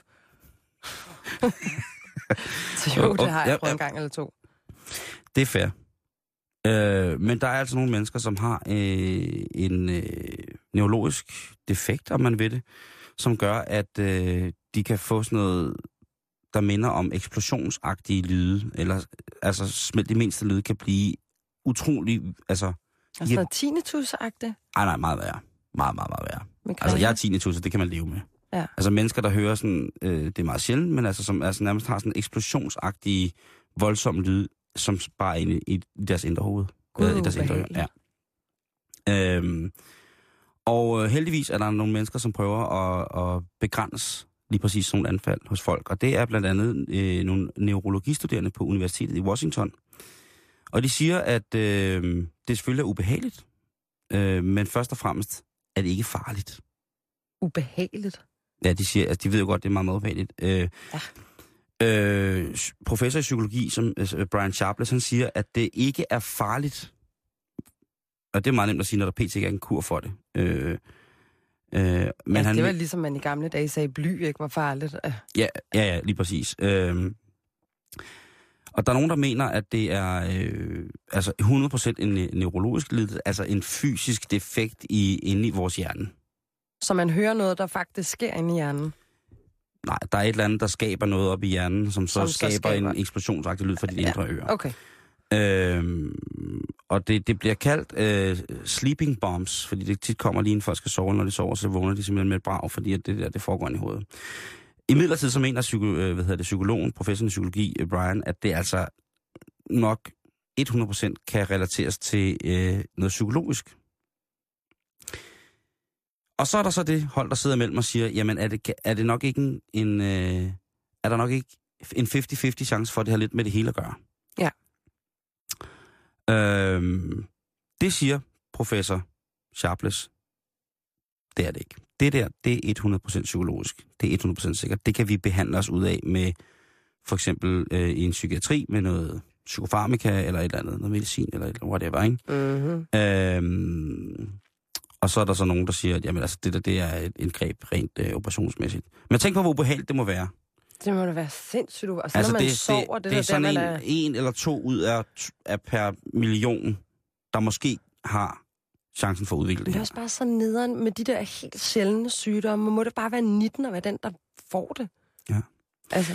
Så jo, det har jeg prøvet en gang eller to. Det er fair. Øh, men der er altså nogle mennesker, som har øh, en øh, neurologisk defekt, om man ved det, som gør, at øh, de kan få sådan noget, der minder om eksplosionsagtige lyde, eller altså det mindste lyde kan blive utrolig, altså... Altså noget tinnitus-agtigt? Nej, nej, meget værre. Meget, meget, meget værre. Migræne. Altså jeg er tinnitus, så det kan man leve med. Ja. Altså mennesker, der hører sådan, øh, det er meget sjældent, men altså som altså nærmest har sådan eksplosionsagtige, voldsomme lyde, som bare er inde i, i deres indre hoved. God, øh, i deres indre øre. Ja. Øhm, og øh, heldigvis er der nogle mennesker, som prøver at, at begrænse lige præcis sådan nogle anfald hos folk. Og det er blandt andet øh, nogle neurologistuderende på Universitetet i Washington. Og de siger, at øh, det selvfølgelig er ubehageligt, øh, men først og fremmest er det ikke farligt. Ubehageligt? Ja, de siger, altså de ved jo godt, det er meget, meget ubehageligt. Øh, ja. øh, professor i psykologi, som øh, Brian Sharpless, han siger, at det ikke er farligt. Og det er meget nemt at sige, når der pt. Ikke er en kur for det. Øh, øh, men ja, han, det var ligesom man i gamle dage sagde, bly ikke var farligt. Ja, ja, ja, lige præcis. Øh, og der er nogen, der mener, at det er øh, altså hundrede procent en neurologisk lidelse, altså en fysisk defekt i, inde i vores hjerne. Så man hører noget, der faktisk sker inde i hjernen? Nej, der er et eller andet, der skaber noget op i hjernen, som så, som skaber, så skaber en eksplosionsagtig lyd fra de ja, indre ører. Okay. Øhm, og det, det bliver kaldt øh, sleeping bombs, fordi det tit kommer lige inden folk skal sove, når de sover, så vågner de simpelthen med et brag, fordi at det der, det foregår i hovedet. I midlertid så mener psyko, øh, hvad hedder det, psykologen, professoren i psykologi, Brian, at det altså nok hundrede procent kan relateres til øh, noget psykologisk. Og så er der så det hold, der sidder mellem og siger, jamen er det, er det nok ikke en, en øh, er der nok ikke en halvtreds halvtreds chance for, at det har lidt med det hele at gøre? Ja. Øhm, det siger professor Sharpless. Det er det ikke. Det der, det er hundrede procent psykologisk. Det er hundrede procent sikkert. Det kan vi behandle os ud af med for eksempel øh, i en psykiatri med noget psykofarmika eller et eller andet, noget medicin eller et eller whatever, ikke? Mm-hmm. Øhm, og så er der så nogen, der siger, at jamen, altså, det der det er et indgreb rent øh, operationsmæssigt. Men tænk på, hvor ubehageligt det må være. Det må da være sindssygt. Altså, altså når man det, sover, det, det, det der, er sådan der, en, der... en eller to ud af, af per million, der måske har chancen for at udvikle det. Det er også bare så nederen med de der helt sjældne sygdomme. Må det bare være nitten at være den, der får det? Ja. Altså.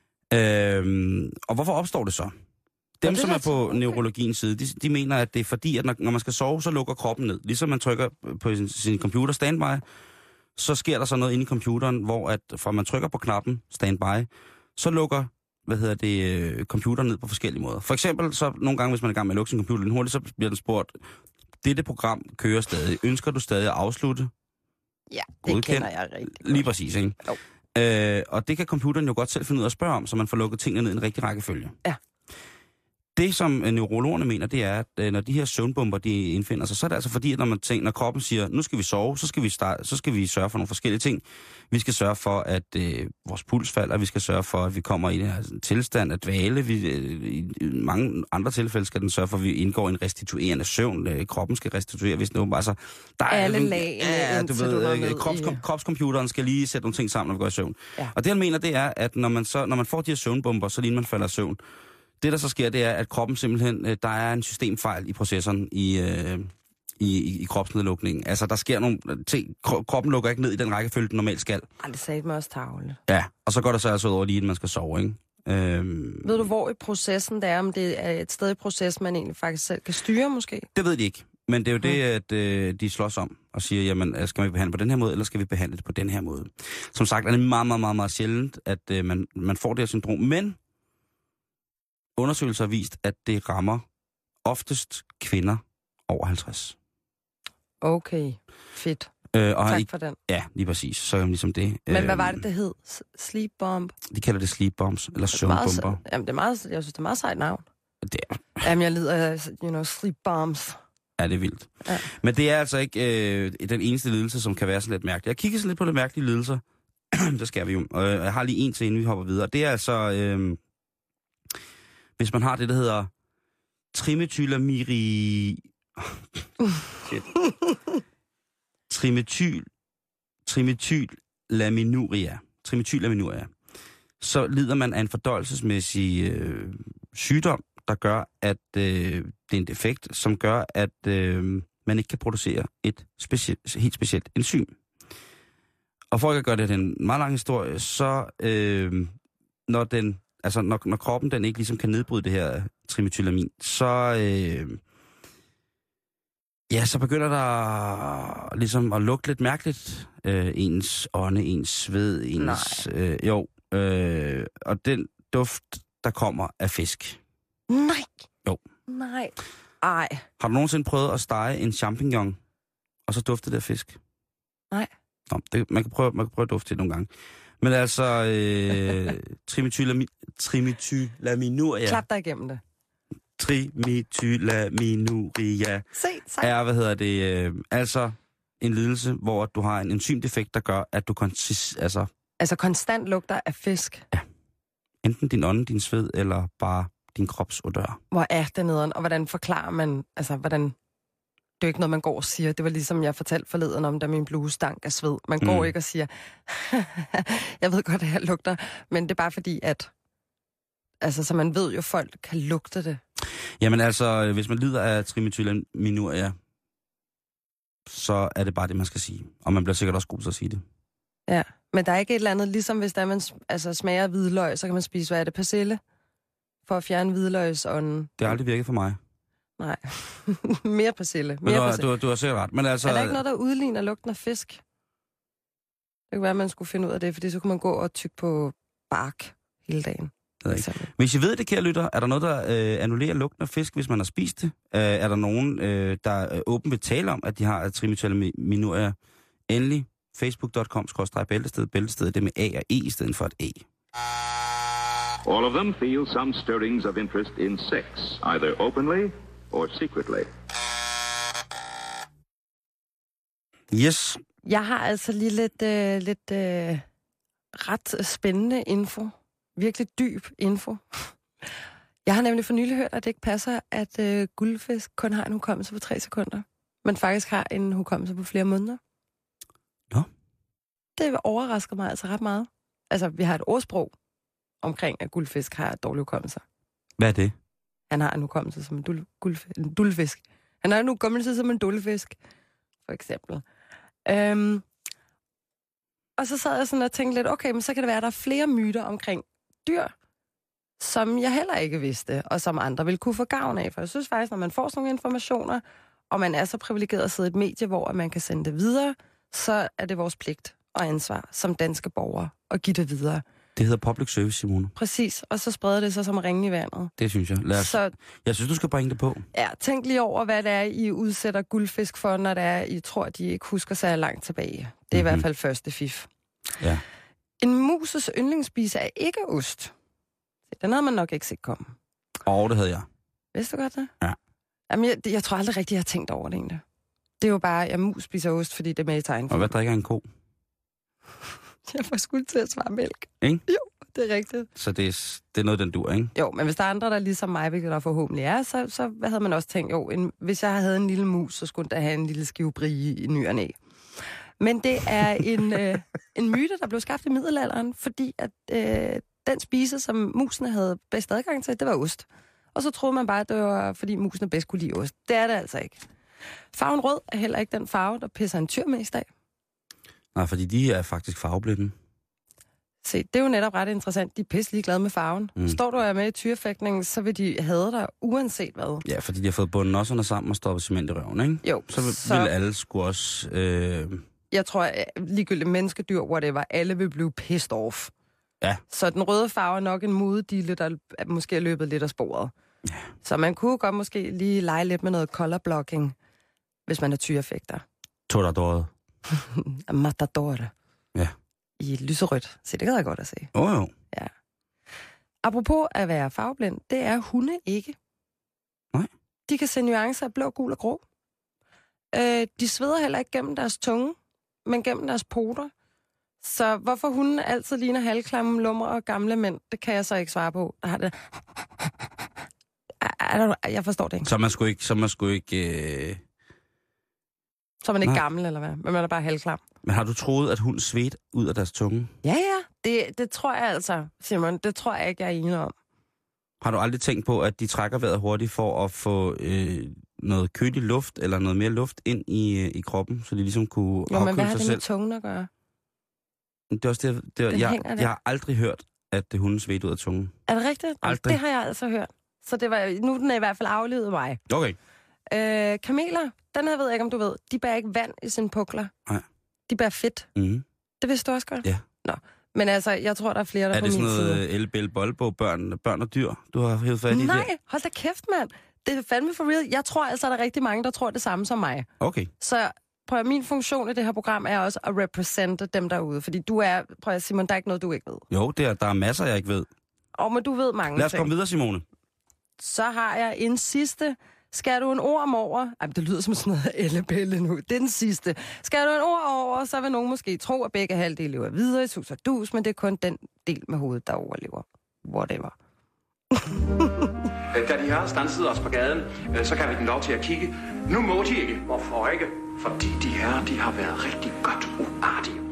Øhm, og hvorfor opstår det så? Dem, det som er på okay. neurologiens side, de, de mener, at det er fordi, at når, når man skal sove, så lukker kroppen ned. Ligesom man trykker på sin, sin computer standby, så sker der så noget inde i computeren, hvor at fra man trykker på knappen standby, så lukker hvad hedder det, computeren ned på forskellige måder. For eksempel, så nogle gange, hvis man er i gang med at lukke sin computer lidt hurtigt, så bliver den spurgt, dette program kører stadig. Ønsker du stadig at afslutte? Ja, det Godkendt. kender jeg rigtig godt. Lige præcis, ikke? Jo. Øh, og det kan computeren jo godt selv finde ud af at spørge om, så man får lukket tingene ned i en rigtig rækkefølge. Ja. Det, som øh, neurologerne mener, det er, at øh, når de her søvnbomber, de indfinder sig, så er det altså fordi, at når, man tænker, når kroppen siger, nu skal vi sove, så skal vi, starte, så skal vi sørge for nogle forskellige ting. Vi skal sørge for, at øh, vores puls falder, vi skal sørge for, at vi kommer i den her tilstand af dvale. Vi, øh, I mange andre tilfælde skal den sørge for, at vi indgår i en restituerende søvn. Øh, kroppen skal restituere, hvis det altså, der er alle lag, ja, du ved, du øh, krops, i... kropscomputeren skal lige sætte nogle ting sammen, når vi går i søvn. Ja. Og det, han mener, det er, at når man, så, når man får de her søvnbomber, så lige man falder i søvn, det, der så sker, det er, at kroppen simpelthen, der er en systemfejl i processoren i, øh, i, i kropsnedlukningen. Altså, der sker nogle ting. Kroppen lukker ikke ned i den rækkefølge, den normalt skal. Ej, det sagde mig også tavle. Ja, og så går der så altså over lige, at man skal sove, ikke? Øhm, ved du, hvor i processen det er? Om det er et sted i processen, man egentlig faktisk selv kan styre, måske? Det ved de ikke. Men det er jo det, at øh, de slås om og siger, jamen, skal vi behandle på den her måde, eller skal vi behandle det på den her måde? Som sagt, er det meget, meget, meget, meget sjældent, at øh, man, man får det her syndrom. Men undersøgelser har vist, at det rammer oftest kvinder over halvtreds. Okay, fedt. Øh, og Tak i, for den. Ja, lige præcis. Så er det ligesom det. Men øh, hvad var det, det hed? Sleep bomb? De kalder det sleep bombs, eller Det er meget, søvnbomber. jamen, det er meget, jeg synes, det er meget sejt navn. Det er, Jamen, jeg lider af, you know, sleep bombs. ja, det er vildt. Ja. Men det er altså ikke øh, den eneste lidelse, som kan være sådan lidt mærkelig. Jeg kigger sådan lidt på det mærkelige lidelser. Det skal vi jo. Og jeg har lige en til, inden vi hopper videre. Det er altså, øh, hvis man har det, der hedder trimetylamiri... Shit. Trimetyl... Trimetylaminuria. Trimetylaminuria. Så lider man af en fordøjelsesmæssig øh, sygdom, der gør, at øh, det er en defekt, som gør, at øh, man ikke kan producere et specielt, helt specielt enzym. Og for at gøre det til en meget lang historie, så øh, når, den, altså når, når kroppen den ikke ligesom kan nedbryde det her trimetylamin, så, øh, ja, så begynder der ligesom at lugte lidt mærkeligt. Øh, ens ånde, ens sved, ens... Øh, jo, øh, og den duft, der kommer af fisk. Nej. Jo. Nej. Ej. Har du nogensinde prøvet at stege en champignon, og så dufte det af fisk? Nej. Nå, det, man, kan prøve, man kan prøve at dufte det nogle gange. Men altså, øh, trimetylami- trimetylaminuria... Klap dig igennem det. Trimetylaminuria Se, sejt. er, hvad hedder det, øh, altså en lidelse, hvor du har en enzymdefekt, der gør, at du konsis, altså, Altså konstant lugter af fisk. enten din ånde, din sved, eller bare din krops odør. Hvor er det nederen? Og hvordan forklarer man, altså hvordan... Det er jo ikke noget, man går og siger. Det var ligesom, jeg fortalte forleden om, da min bluse stank af sved. Man går Mm. ikke og siger, jeg ved godt, at jeg lugter, men det er bare fordi, at... Altså, så man ved jo, folk kan lugte det. Jamen altså, hvis man lider af trimetylaminuria, så er det bare det, man skal sige. Og man bliver sikkert også god til at sige det. Ja, men der er ikke et eller andet, ligesom hvis der man altså, smager hvidløg, så kan man spise, hvad er det, persille? For at fjerne hvidløgsånden. Det har aldrig virket for mig. Nej, mere persille. Men Mere du, har, persille. du, du har sikkert ret. Men altså, Er der ikke noget, der udligner lugten af fisk? Det kan være, at man skulle finde ud af det, fordi så kunne man gå og tygge på bark hele dagen. ved jeg ikke. Hvis I ved det, kære lytter, er der noget, der øh, annullerer lugten af fisk, hvis man har spist det? Øh, er der nogen, øh, der øh, åbent vil tale om, at de har trimetylaminuria? Endelig facebook punktum com skråstreg bæltested. Bæltested det med A og E i stedet for et E. All of them feel some stirrings of interest in sex, either openly or secretly. Yes. Jeg har altså lige lidt, øh, lidt øh, ret spændende info. Virkelig dyb info. Jeg har nemlig for nylig hørt, at det ikke passer, at øh, guldfisk kun har en hukommelse på tre sekunder, men faktisk har en hukommelse på flere måneder. Nå. Det overrasker mig altså ret meget. Altså, vi har et ordsprog omkring, at guldfisk har dårlige hukommelser. Hvad er det? Han har en hukommelse som en, dul, guldfisk, en dulfisk. Han har en hukommelse som en dulfisk, for eksempel. Øhm, og så sad jeg sådan og tænkte lidt, okay, men så kan det være, at der er flere myter omkring dyr, som jeg heller ikke vidste, og som andre vil kunne få gavn af. For jeg synes faktisk, når man får sådan nogle informationer, og man er så privilegeret at sidde i et medie, hvor man kan sende det videre, så er det vores pligt og ansvar som danske borgere at give det videre. Det hedder public service, Simone. Præcis, og så spreder det sig som ringe i vandet. Det synes jeg. Lad os... Så Jeg synes, du skal bringe det på. ja, tænk lige over, hvad det er, I udsætter guldfisk for, når det er, I tror, de ikke husker sig langt tilbage. Det er mm-hmm. i hvert fald første fif. Ja. En muses yndlingsspise er ikke ost. Den havde man nok ikke set komme. Og det havde jeg. Vidste du godt det? Ja. Jamen, jeg, jeg tror aldrig rigtigt, jeg har tænkt over det egentlig. Det er jo bare, at mus spiser ost, fordi det er med i tegn. Og hvad drikker en ko? Jeg får sgu til at svare mælk. Ikke? Jo, det er rigtigt. Så det er, det er noget, den dur, ikke? Jo, men hvis der er andre, der ligesom mig, hvilket der forhåbentlig er, så, så hvad havde man også tænkt, jo, en, hvis jeg havde en lille mus, så skulle der have en lille skive brie i ny og næ. Men det er en, øh, en myte, der blev skabt i middelalderen, fordi at øh, den spise, som musene havde bedst adgang til, det var ost. Og så troede man bare, at det var, fordi musene bedst kunne lide ost. Det er det altså ikke. Farven rød er heller ikke den farve, der pisser en tyr mest af. Nej, fordi de er faktisk farveblinde. Se, det er jo netop ret interessant. De er pisse ligeglade med farven. Mm. Står du og er med i tyrefægtning, så vil de hade dig uanset hvad. Ja, fordi de har fået bunden også under sammen og stoppet cement i røven, ikke? Jo. Så vil, så... vil alle sgu også... Øh... Jeg tror, at ligegyldigt menneskedyr, whatever, alle vil blive pissed off. Ja. Så den røde farve er nok en modedille, der er måske er løbet lidt af sporet. Ja. Så man kunne godt måske lige lege lidt med noget color blocking, hvis man er tyrefægter. Torador. Matador. Ja. I lyserødt. Se, det kan jeg godt at se. Åh oh, jo. Ja. Apropos at være farveblind, det er hunde ikke. Nej. De kan se nuancer af blå, gul og grå. Øh, de sveder heller ikke gennem deres tunge, men gennem deres poter. Så hvorfor hunden altid ligner halvklamme lummer og gamle mænd, det kan jeg så ikke svare på. Der har det... Jeg forstår det ikke. Så man skulle ikke... Så man skulle ikke øh... Så er man ikke Nej. gammel, eller hvad? Men man er bare halvklam. Men har du troet, at hun svedte ud af deres tunge? Ja, ja. Det, det tror jeg altså, Simon. Det tror jeg ikke, jeg er enig om. Har du aldrig tænkt på, at de trækker vejret hurtigt for at få øh, noget kølig luft, eller noget mere luft ind i, øh, i kroppen, så de ligesom kunne jo, men hvad har sig det selv? med tungen at gøre? Det er også det, det, Den jeg, hænger der. jeg har aldrig hørt, at det hunden svedte ud af tungen. Er det rigtigt? Aldrig. Det har jeg altså hørt. Så det var, nu er den i hvert fald aflevet mig. Okay. Øh, kameler, den her ved jeg ikke, om du ved. De bærer ikke vand i sine pukler. Nej. De bærer fedt. Mm. Det vidste du også godt? Ja. Nå. Men altså, jeg tror, der er flere, der Er på det min sådan side. noget elbæl boldbog, børn, børn og dyr, du har hævet fat i? Nej, Der? hold da kæft, mand. Det er fandme for real. Jeg tror altså, der er rigtig mange, der tror det samme som mig. Okay. Så prøv at, min funktion i det her program er også at repræsentere dem derude. Fordi du er, prøv at, Simon, der er ikke noget, du ikke ved. Jo, der, der er masser, jeg ikke ved. Og men du ved mange Lad os ting. komme videre, Simone. Så har jeg en sidste. Skal du en orm over? Ej, det lyder som sådan noget ellebælle nu. Det er den sidste. Skal du en orm over, så vil nogen måske tro, at begge halvdele lever videre i sus og dus, men det er kun den del med hovedet, der overlever. Whatever. Da de har stanset os på gaden, så kan vi den lov til at kigge. Nu må de ikke. Hvorfor ikke? Fordi de her, de har været rigtig godt uartige.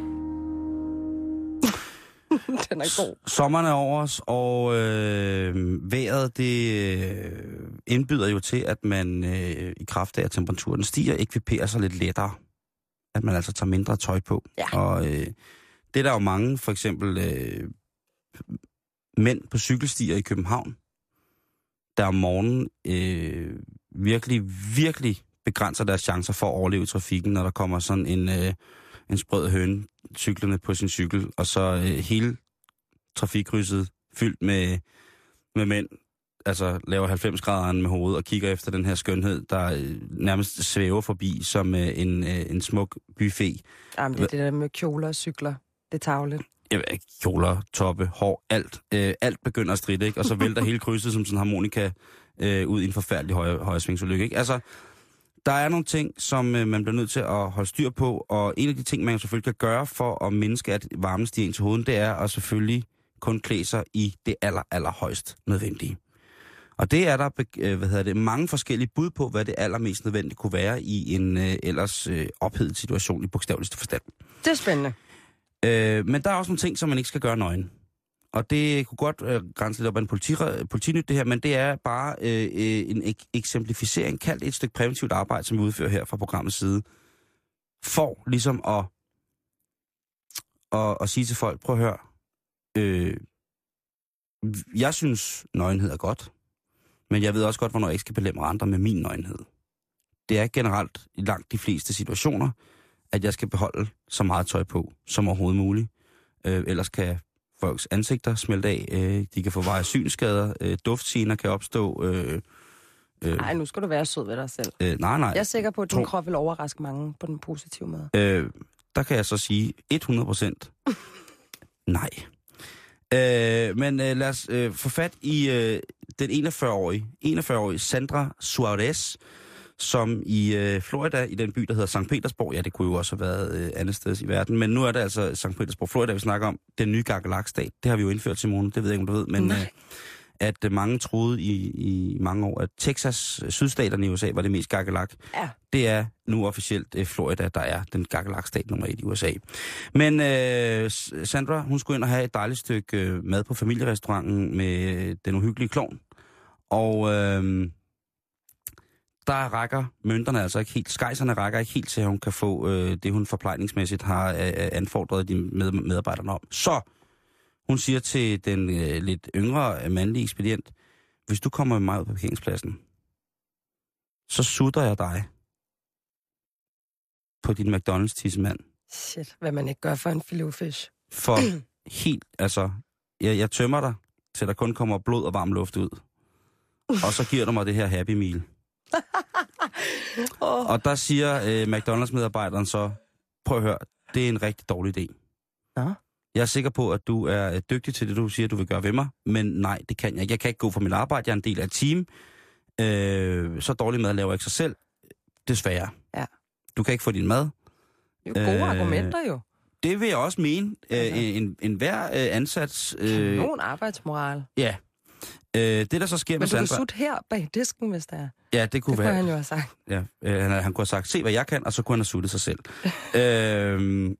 Den er god. Sommeren er over os, og øh, vejret det øh, indbyder jo til, at man øh, i kraft af, at temperaturen stiger, ekviperer sig lidt lettere. At man altså tager mindre tøj på. Ja. Og øh, det er der jo mange, for eksempel øh, mænd på cykelstier i København, der om morgenen øh, virkelig, virkelig begrænser deres chancer for at overleve i trafikken, når der kommer sådan en, øh, en sprød høne cyklerne på sin cykel, og så øh, hele trafikkrydset fyldt med, med mænd, altså laver halvfems grader med hovedet og kigger efter den her skønhed, der øh, nærmest svæver forbi som øh, en, øh, en smuk buffet. Jamen, det er det der med kjoler og cykler. Det er tavlet. Ja, kjoler, toppe, hår, alt. Øh, alt begynder at stride, ikke? Og så vælter hele krydset som sådan en harmonika øh, ud i en forfærdelig høj, højresvingsulykke, ikke? Altså, der er nogle ting, som øh, man bliver nødt til at holde styr på, og en af de ting, man selvfølgelig kan gøre for at mindske, at varmen stiger ind til hovedet, det er at selvfølgelig kun klæde sig i det aller, aller højst nødvendige. Og det er der øh, hvad hedder det, mange forskellige bud på, hvad det allermest nødvendigt kunne være i en øh, ellers øh, ophedet situation i bogstaveligste forstand. Det er spændende. Øh, men der er også nogle ting, som man ikke skal gøre nøgen. Og det kunne godt øh, grænse lidt op af en politi, politinyt det her, men det er bare øh, en ek- eksemplificering, kaldt et stykke præventivt arbejde, som vi udfører her fra programmets side, for ligesom at, at, at sige til folk, prøv at høre, øh, jeg synes nøgenhed er godt, men jeg ved også godt, hvornår jeg ikke skal belemre andre med min nøgenhed. Det er generelt i langt de fleste situationer, at jeg skal beholde så meget tøj på som overhovedet muligt. Øh, ellers kan folks ansigter smelte af, øh, de kan få veje synskader, øh, duftgener kan opstå. Øh, øh, Nej, nu skal du være sød ved dig selv. øh, nej, nej. Jeg er sikker på, at din Tro- krop vil overraske mange på den positive måde. Øh, der kan jeg så sige hundrede procent nej. Øh, men øh, lad os øh, få fat i øh, den enogfyrre-årige, enogfyrre-årige Sandra Suarez, som i øh, Florida, i den by, der hedder Sankt Petersborg, ja, det kunne jo også have været øh, andet sted i verden, men nu er det altså Sankt Petersborg, Florida, vi snakker om, den nye Gagalak-stat. Det har vi jo indført, Simone, det ved jeg ikke, om du ved, men øh, at øh, mange troede i, i mange år, at Texas, sydstaterne i U S A, var det mest Gagalak. Ja. Det er nu officielt øh, Florida, der er den Gagalak-stat nummer et i U S A. Men øh, Sandra, hun skulle ind og have et dejligt stykke øh, mad på familierestauranten med den uhyggelige klovn, og øh, der rækker mønterne altså ikke helt, skejserne rækker ikke helt til, at hun kan få øh, det, hun forplejningsmæssigt har øh, anfordret de med, medarbejderne om. Så hun siger til den øh, lidt yngre mandlige ekspedient, hvis du kommer med mig ud på parkeringspladsen, så sutter jeg dig på din McDonald's-tissemand. Shit, hvad man ikke gør for en filet-fish. For helt, altså, jeg, jeg tømmer dig, til der kun kommer blod og varm luft ud. Og så giver du mig det her Happy Meal. Oh. Og der siger øh, McDonald's-medarbejderen så, prøv at høre, det er en rigtig dårlig idé. Ja. Jeg er sikker på, at du er øh, dygtig til det, du siger, du vil gøre ved mig, men nej, det kan jeg ikke. Jeg kan ikke gå for mit arbejde, jeg er en del af et team. Øh, så dårlig mad laver jeg ikke sig selv. Desværre. Ja. Du kan ikke få din mad. Det er jo gode øh, argumenter jo. Det vil jeg også mene. Altså. Øh, en, en hver øh, ansats... Øh, Nogen arbejdsmoral. Ja. Øh, det, der så sker Men med Sandra... Men du Sandra... kan sutte her bag disken, hvis der er. Ja, det kunne det være... kunne han jo have sagt. Ja, øh, han, han kunne have sagt, se hvad jeg kan, og så kunne han have suttet sig selv. øh,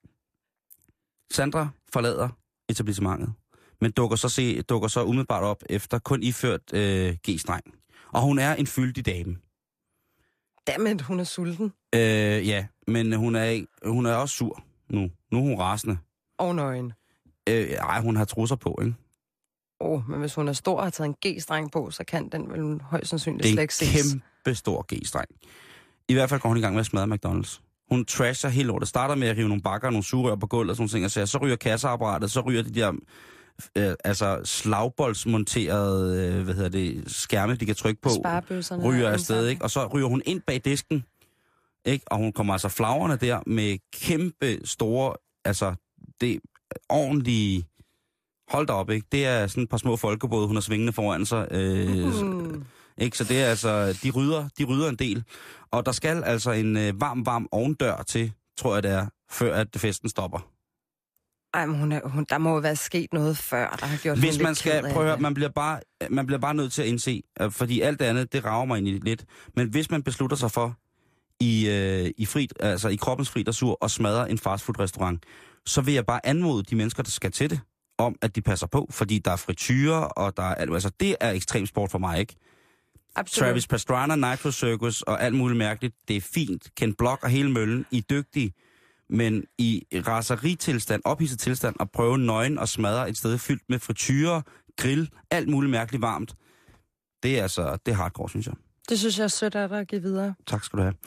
Sandra forlader etablissementet, men dukker så, se, dukker så umiddelbart op efter kun iført øh, G-streng. Og hun er en fyldig dame. Dammit, hun er sulten. Øh, ja, men hun er, hun er også sur nu. Nu er hun rasende. Og nøgen. Øh, ej, hun har trusser på, ikke? Åh, oh, men hvis hun er stor og har taget en G-streng på, så kan den vel højst sandsynligt slet ikke ses. Det er en kæmpe stor G-streng. I hvert fald går hun i gang med at smadre McDonald's. Hun trasher helt lortet. Starter med at rive nogle bakker og nogle sugerør på gulvet og sådan nogle ting. Så ryger kasseapparatet, så ryger de der øh, altså slagboldsmonterede øh, hvad hedder det, skærme, de kan trykke på. Sparebøsserne. Ryger afsted, ikke? Og så ryger hun ind bag disken, ikke? Og hun kommer altså flagrende der med kæmpe store, altså det ordentlige... Hold da op, ikke? Det er sådan et par små folkebåde, hun har svingende foran sig. Øh, mm. Ikke? Så det er altså, de rydder, de rydder en del. Og der skal altså en øh, varm, varm ovendør til, tror jeg det er, før at festen stopper. Ej, men hun er, hun, der må jo være sket noget før, der har gjort Hvis man skal, prøv at høre, man bliver, bare, man bliver bare nødt til at indse, fordi alt det andet, det rager mig egentlig lidt. Men hvis man beslutter sig for, i, øh, i, frit, altså i kroppens frit og sur, og smadre en fastfood-restaurant, så vil jeg bare anmode de mennesker, der skal til det, om, at de passer på, fordi der er frityrer, og der er... Altså, det er ekstrem sport for mig, ikke? Absolut. Travis Pastrana, Nitro Circus og alt muligt mærkeligt, det er fint. Ken Block og hele møllen, I er dygtige, men i raseritilstand, ophidset tilstand, at prøve nøgen og smadre et sted fyldt med frityrer, grill, alt muligt mærkeligt varmt, det er altså... Det er hardcore, synes jeg. Det synes jeg er sødt af dig at give videre. Tak skal du have.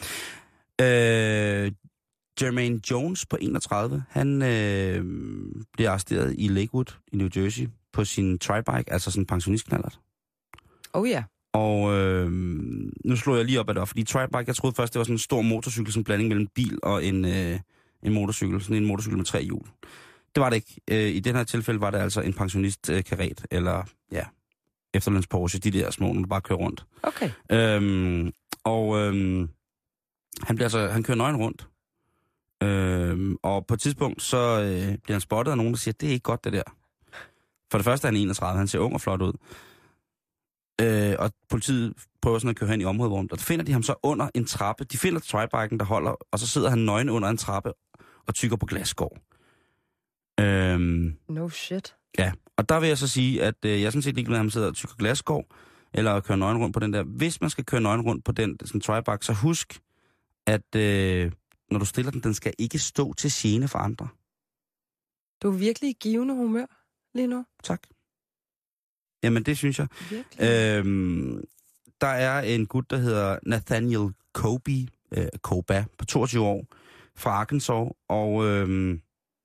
Øh... Jermaine Jones på enogtredive, han øh, bliver arresteret i Lakewood i New Jersey på sin tri-bike, altså sådan en pensionistknallert. Oh ja. Yeah. Og øh, nu slår jeg lige op af det, fordi tri-bike, jeg troede først, det var sådan en stor motorcykel, sådan en blanding mellem bil og en, øh, en motorcykel, sådan en motorcykel med tre hjul. Det var det ikke. Øh, I den her tilfælde var det altså en pensionist-karet, eller ja, efterløns Porsche, de der små, når du bare kører rundt. Okay. Øh, og øh, han, bliver altså, han kører nøgen rundt. Øhm, og på et tidspunkt, så øh, bliver han spottet af nogen, der siger, det er ikke godt det der. For det første er han enogtredive, han ser ung og flot ud. Øh, og politiet prøver sådan at køre hen i området, hvor der finder de ham så under en trappe. De finder tri-biken, der holder, og så sidder han nøgen under en trappe og tykker på glasskår. Øhm, no shit. Ja, og der vil jeg så sige, at øh, jeg er sådan set ligeglad med, at han sidder og tykker glasskår, eller kører nøgen rundt på den der. Hvis man skal køre nøgen rundt på den sådan tri-bike, så husk, at... Øh, når du stiller den, den skal ikke stå til gene for andre. Du er virkelig i givende humør lige nu. Tak. Jamen, det synes jeg. Øhm, der er en gut, der hedder Nathaniel Kobe, øh, Koba, på toogtyve år, fra Arkansas, og øhm,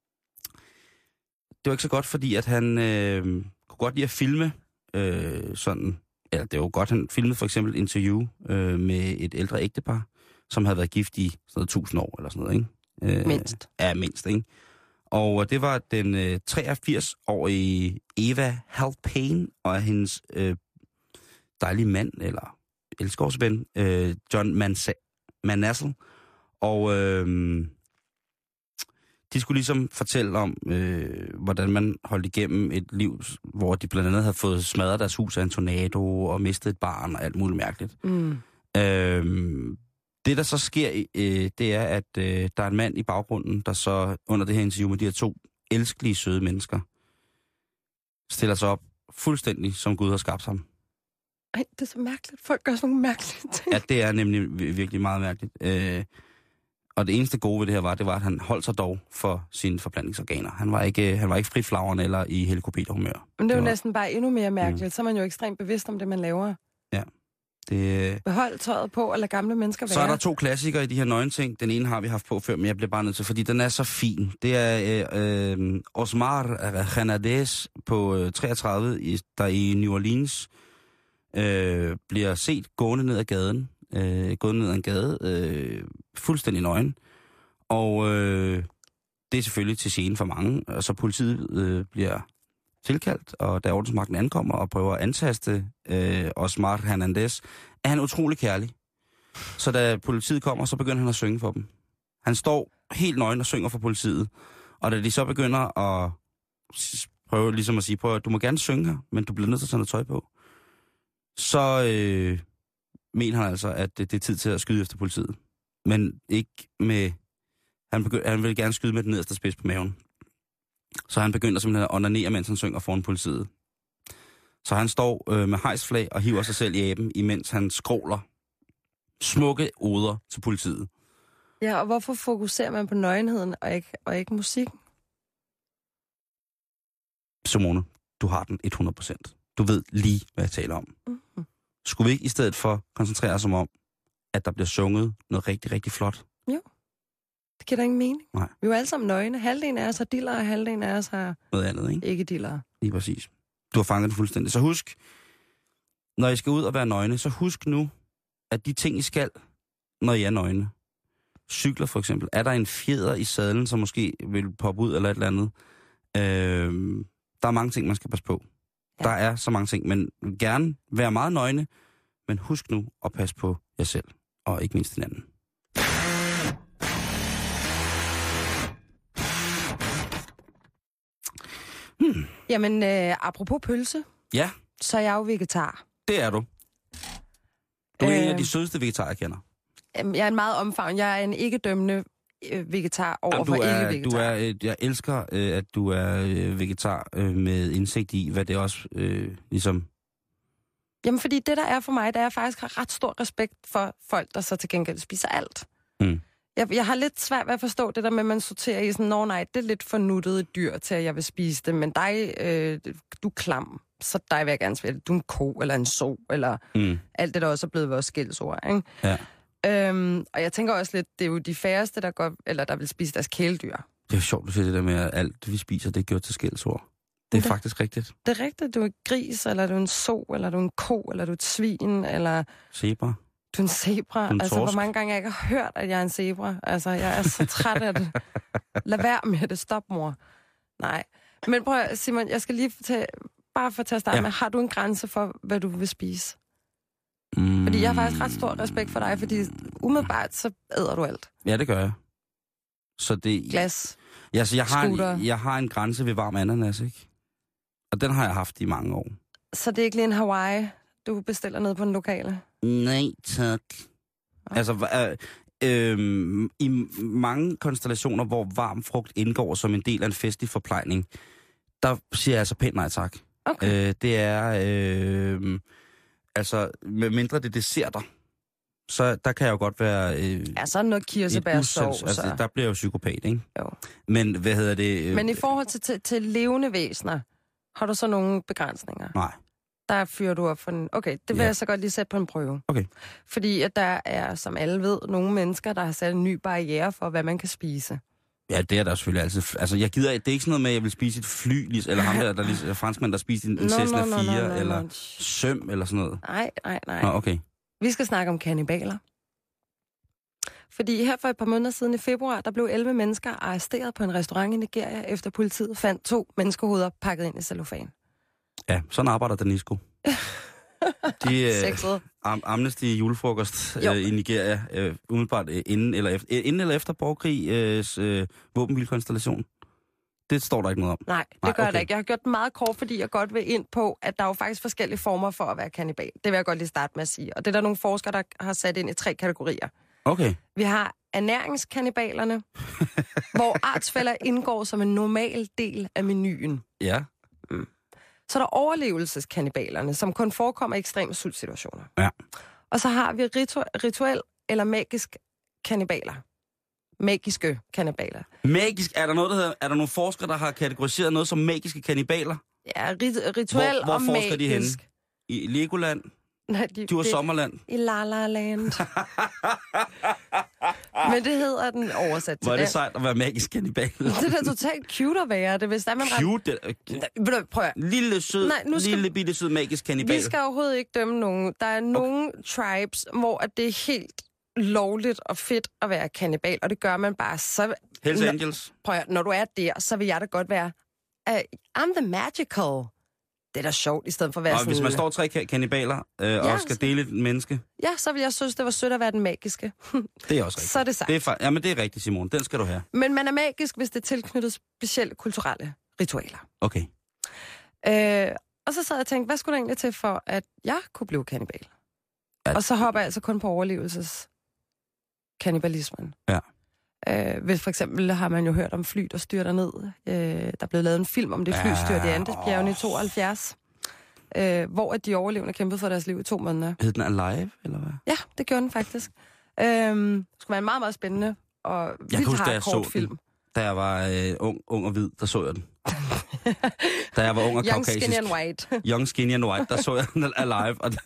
det var ikke så godt, fordi at han øh, kunne godt lide at filme øh, sådan, ja, det var godt, han filmede for eksempel et interview øh, med et ældre ægtepar, som havde været gift i sådan noget tusind år, eller sådan noget, ikke? Øh, mindst. Ja, mindst, ikke? Og det var den øh, treogfirs-årige Eva Halpayne og hendes øh, dejlige mand, eller elskovsven, øh, John Mansa- Manassel. Og øh, de skulle ligesom fortælle om, øh, hvordan man holdt igennem et liv, hvor de blandt andet havde fået smadret deres hus af en tornado, og mistet et barn, og alt muligt mærkeligt. Mm. Øh, Det, der så sker, øh, det er, at øh, der er en mand i baggrunden, der så under det her interview med de her to elskelige, søde mennesker, stiller sig op fuldstændig, som Gud har skabt ham. Ej, det er så mærkeligt. Folk gør sådan nogle mærkelige ting. Ja, det er nemlig virkelig meget mærkeligt. Øh, og det eneste gode ved det her var, det var, at han holdt sig dog for sine forplantningsorganer. Han var ikke, han var ikke fritflagrende eller i helikopterhumør. Men det er jo var... næsten bare endnu mere mærkeligt. Mm. Så er man jo ekstremt bevidst om det, man laver. Ja. Det... Behold tøjet på og lad gamle mennesker være. Så er der to klassikere i de her nøgenting. Den ene har vi haft på før, men jeg bliver bare nødt til, fordi den er så fin. Det er øh, øh, Osmar Hernandez på øh, treogtredive, i, der i New Orleans øh, bliver set gående ned ad gaden øh, gået ned ad en gade, øh, fuldstændig nøgen. Og øh, det er selvfølgelig til gene for mange, og så politiet øh, bliver tilkaldt, og da ordensmagten ankommer og prøver at antaste øh, Osmar Hernandez, er han utrolig kærlig. Så da politiet kommer, så begynder han at synge for dem. Han står helt nøgen og synger for politiet, og da de så begynder at prøve ligesom at sige, prøv, du må gerne synge her, men du bliver nødt til at tage noget tøj på, så øh, mener han altså, at det, det er tid til at skyde efter politiet. Men ikke med... Han, begynder, han vil gerne skyde med den nederste spids på maven. Så han begynder simpelthen at onanere, mens han synger foran politiet. Så han står øh, med hejsflag og hiver sig selv i aben, imens han skråler smukke oder til politiet. Ja, og hvorfor fokuserer man på nøgenheden og ikke, og ikke musikken? Simone, du har den hundrede procent. Du ved lige, hvad jeg taler om. Mm-hmm. Skulle vi ikke i stedet for koncentrere os om, at der bliver sunget noget rigtig, rigtig flot? Jo. Det giver da ingen mening. Nej. Vi er jo alle sammen nøgne. Halvdelen af os har diller, og halvdelen af os har... Noget andet, ikke? Ikke diller. Lige præcis. Du har fanget det fuldstændig. Så husk, når I skal ud og være nøgne, så husk nu, at de ting, I skal, når I er nøgne. Cykler for eksempel. Er der en fjeder i sadlen, som måske vil poppe ud eller et eller andet? Øh, der er mange ting, man skal passe på. Ja. Der er så mange ting, men gerne være meget nøgne, men husk nu at passe på jer selv, og ikke mindst hinanden. Hmm. Jamen, øh, apropos pølse, ja. Så er jeg jo vegetar. Det er du. Du er øh, en af de øh, sødeste vegetarer, jeg kender. Jeg er en meget omfavn. Jeg er en ikke-dømmende øh, vegetar over for ikke-vegetar. Du er, jeg elsker, øh, at du er øh, vegetar øh, med indsigt i, hvad det også øh, ligesom... Jamen, fordi det, der er for mig, det er, jeg faktisk har ret stor respekt for folk, der så til gengæld spiser alt. Mm. Jeg, jeg har lidt svært ved at forstå det der med, at man sorterer i sådan, nå nej, det er lidt for nuttet dyr til, at jeg vil spise det, men dig, øh, du er klam, så dig vil jeg gerne spise. Du er en ko, eller en so, eller mm. alt det, der også er blevet vores skældsord, ikke? Ja. Øhm, og jeg tænker også lidt, det er jo de færreste, der går, eller der vil spise deres kæledyr. Det er sjovt, du siger det der med, at alt, vi spiser, det er gjort til skældsord. Det er det, faktisk rigtigt. Det er rigtigt. Du er en gris, eller du er en so, eller du er en ko, eller du er et svin, eller... Zebra. Du er en zebra. En altså, hvor mange gange jeg ikke har hørt, at jeg er en zebra. Altså, jeg er så træt af det. Lad være med det. Stop, mor. Nej. Men prøv at, Simon, jeg skal lige tage, bare for til at starte ja. med, har du en grænse for, hvad du vil spise? Mm. Fordi jeg har faktisk ret stor respekt for dig, fordi umiddelbart, så æder du alt. Ja, det gør jeg. Så det... Glas. Ja, så jeg har, en, jeg har en grænse ved varm ananas, ikke? Og den har jeg haft i mange år. Så det er ikke lige en Hawaii, du bestiller ned på den lokale? Nej, tak. Okay. Altså, øh, øh, i mange konstellationer, hvor varm frugt indgår som en del af en festlig forplejning, der siger jeg altså pænt nej tak. Okay. Øh, det er, øh, altså, med mindre det desserter, så der kan jeg jo godt være... Øh, ja, så er noget kirsebærsovs. Altså, der bliver jeg jo psykopat, ikke? Jo. Men hvad hedder det... Øh, Men i forhold til, til, til levende væsener, har du så nogle begrænsninger? Nej. Der fyrer du op for en... Okay, det vil ja. jeg så godt lige sætte på en prøve. Okay. Fordi at der er, som alle ved, nogle mennesker, der har sat en ny barriere for, hvad man kan spise. Ja, det er der selvfølgelig altid. Altså, jeg gider... Det er ikke sådan noget med, at jeg vil spise et fly, eller ham der, der er franskmand, der spiser en, en Cessna no, no, fire, no, no, eller no. søm, eller sådan noget. Nej, nej, nej. Nå, okay. Vi skal snakke om kannibaler. Fordi her for et par måneder siden i februar, der blev elleve mennesker arresteret på en restaurant i Nigeria, efter politiet fandt to menneskehoveder pakket ind i cellofan. Ja, sådan arbejder Danisco. De øh, am- Amnesty julefrokost øh, i Nigeria, øh, umiddelbart øh, inden, eller efter, øh, inden eller efter borgerkrigs øh, våbenhvilkonstellation. Det står der ikke noget om. Nej, det Nej, gør okay. det ikke. Jeg har gjort det meget kort, fordi jeg godt vil ind på, at der er jo faktisk forskellige former for at være kannibal. Det vil jeg godt lige starte med at sige. Og det er der nogle forskere, der har sat ind i tre kategorier. Okay. Vi har ernæringskannibalerne, hvor artsfæller indgår som en normal del af menuen. Ja. Mm. Så er der overlevelseskannibalerne, som kun forekommer i ekstreme sultsituationer. Ja. Og så har vi ritu- rituel eller magisk kannibaler. Magiske kannibaler. Magisk? Er der noget, der hedder, er der nogle forskere, der har kategoriseret noget som magiske kannibaler? Ja, rit- rituel hvor, hvor og magisk. Hvor forsker de henne? I Legoland? Nej, de, de var det, Sommerland? I La La Land. Men det hedder den oversat til Hvor er det dansk. sejt at være magisk kannibal. Det er da totalt cute at være det, hvis der er man... Cute? Ved du, prøv at... Lille sød, Nej, nu skal- lille bitte sød magisk kannibal. Vi skal overhovedet ikke dømme nogen. Der er nogle okay. tribes, hvor at det er helt lovligt og fedt at være kannibal, og det gør man bare så... Hells N- Angels. Prøv at, når du er der, så vil jeg da godt være... Uh, I'm the magical. Det er da sjovt, i stedet for at være Og sådan... hvis man står tre ka- kannibaler øh, Ja, og skal så- dele et menneske, Ja, så vil jeg synes, det var sødt at være den magiske. det er også rigtigt. Så er det sagt. Det er fa- Jamen, det er rigtigt, Simon. Den skal du have. Men man er magisk, hvis det er tilknyttet specielle kulturelle ritualer. Okay. Øh, og så sad jeg og tænkte, hvad skulle der egentlig til for, at jeg kunne blive kannibal? At... Og så hopper jeg altså kun på overlevelses kannibalismen. Ja. Øh, hvis for eksempel har man jo hørt om fly, der styrter ned. Øh, der er blevet lavet en film om det flystyrt i Andesbjergene i tooghalvfjerds. Øh, hvor at de overlevende kæmpede for deres liv i to måneder. Hed den Alive, eller hvad? Ja, det gjorde den faktisk. Øh, det skulle være en meget, meget spændende og Jeg vildt kan huske, da jeg hardcore så film. den, da jeg var øh, ung, ung og hvid, der så jeg den. Da jeg var ung og Young, kaukasisk. skinny and white. Young, skinny and white, der så jeg den Alive. Og, det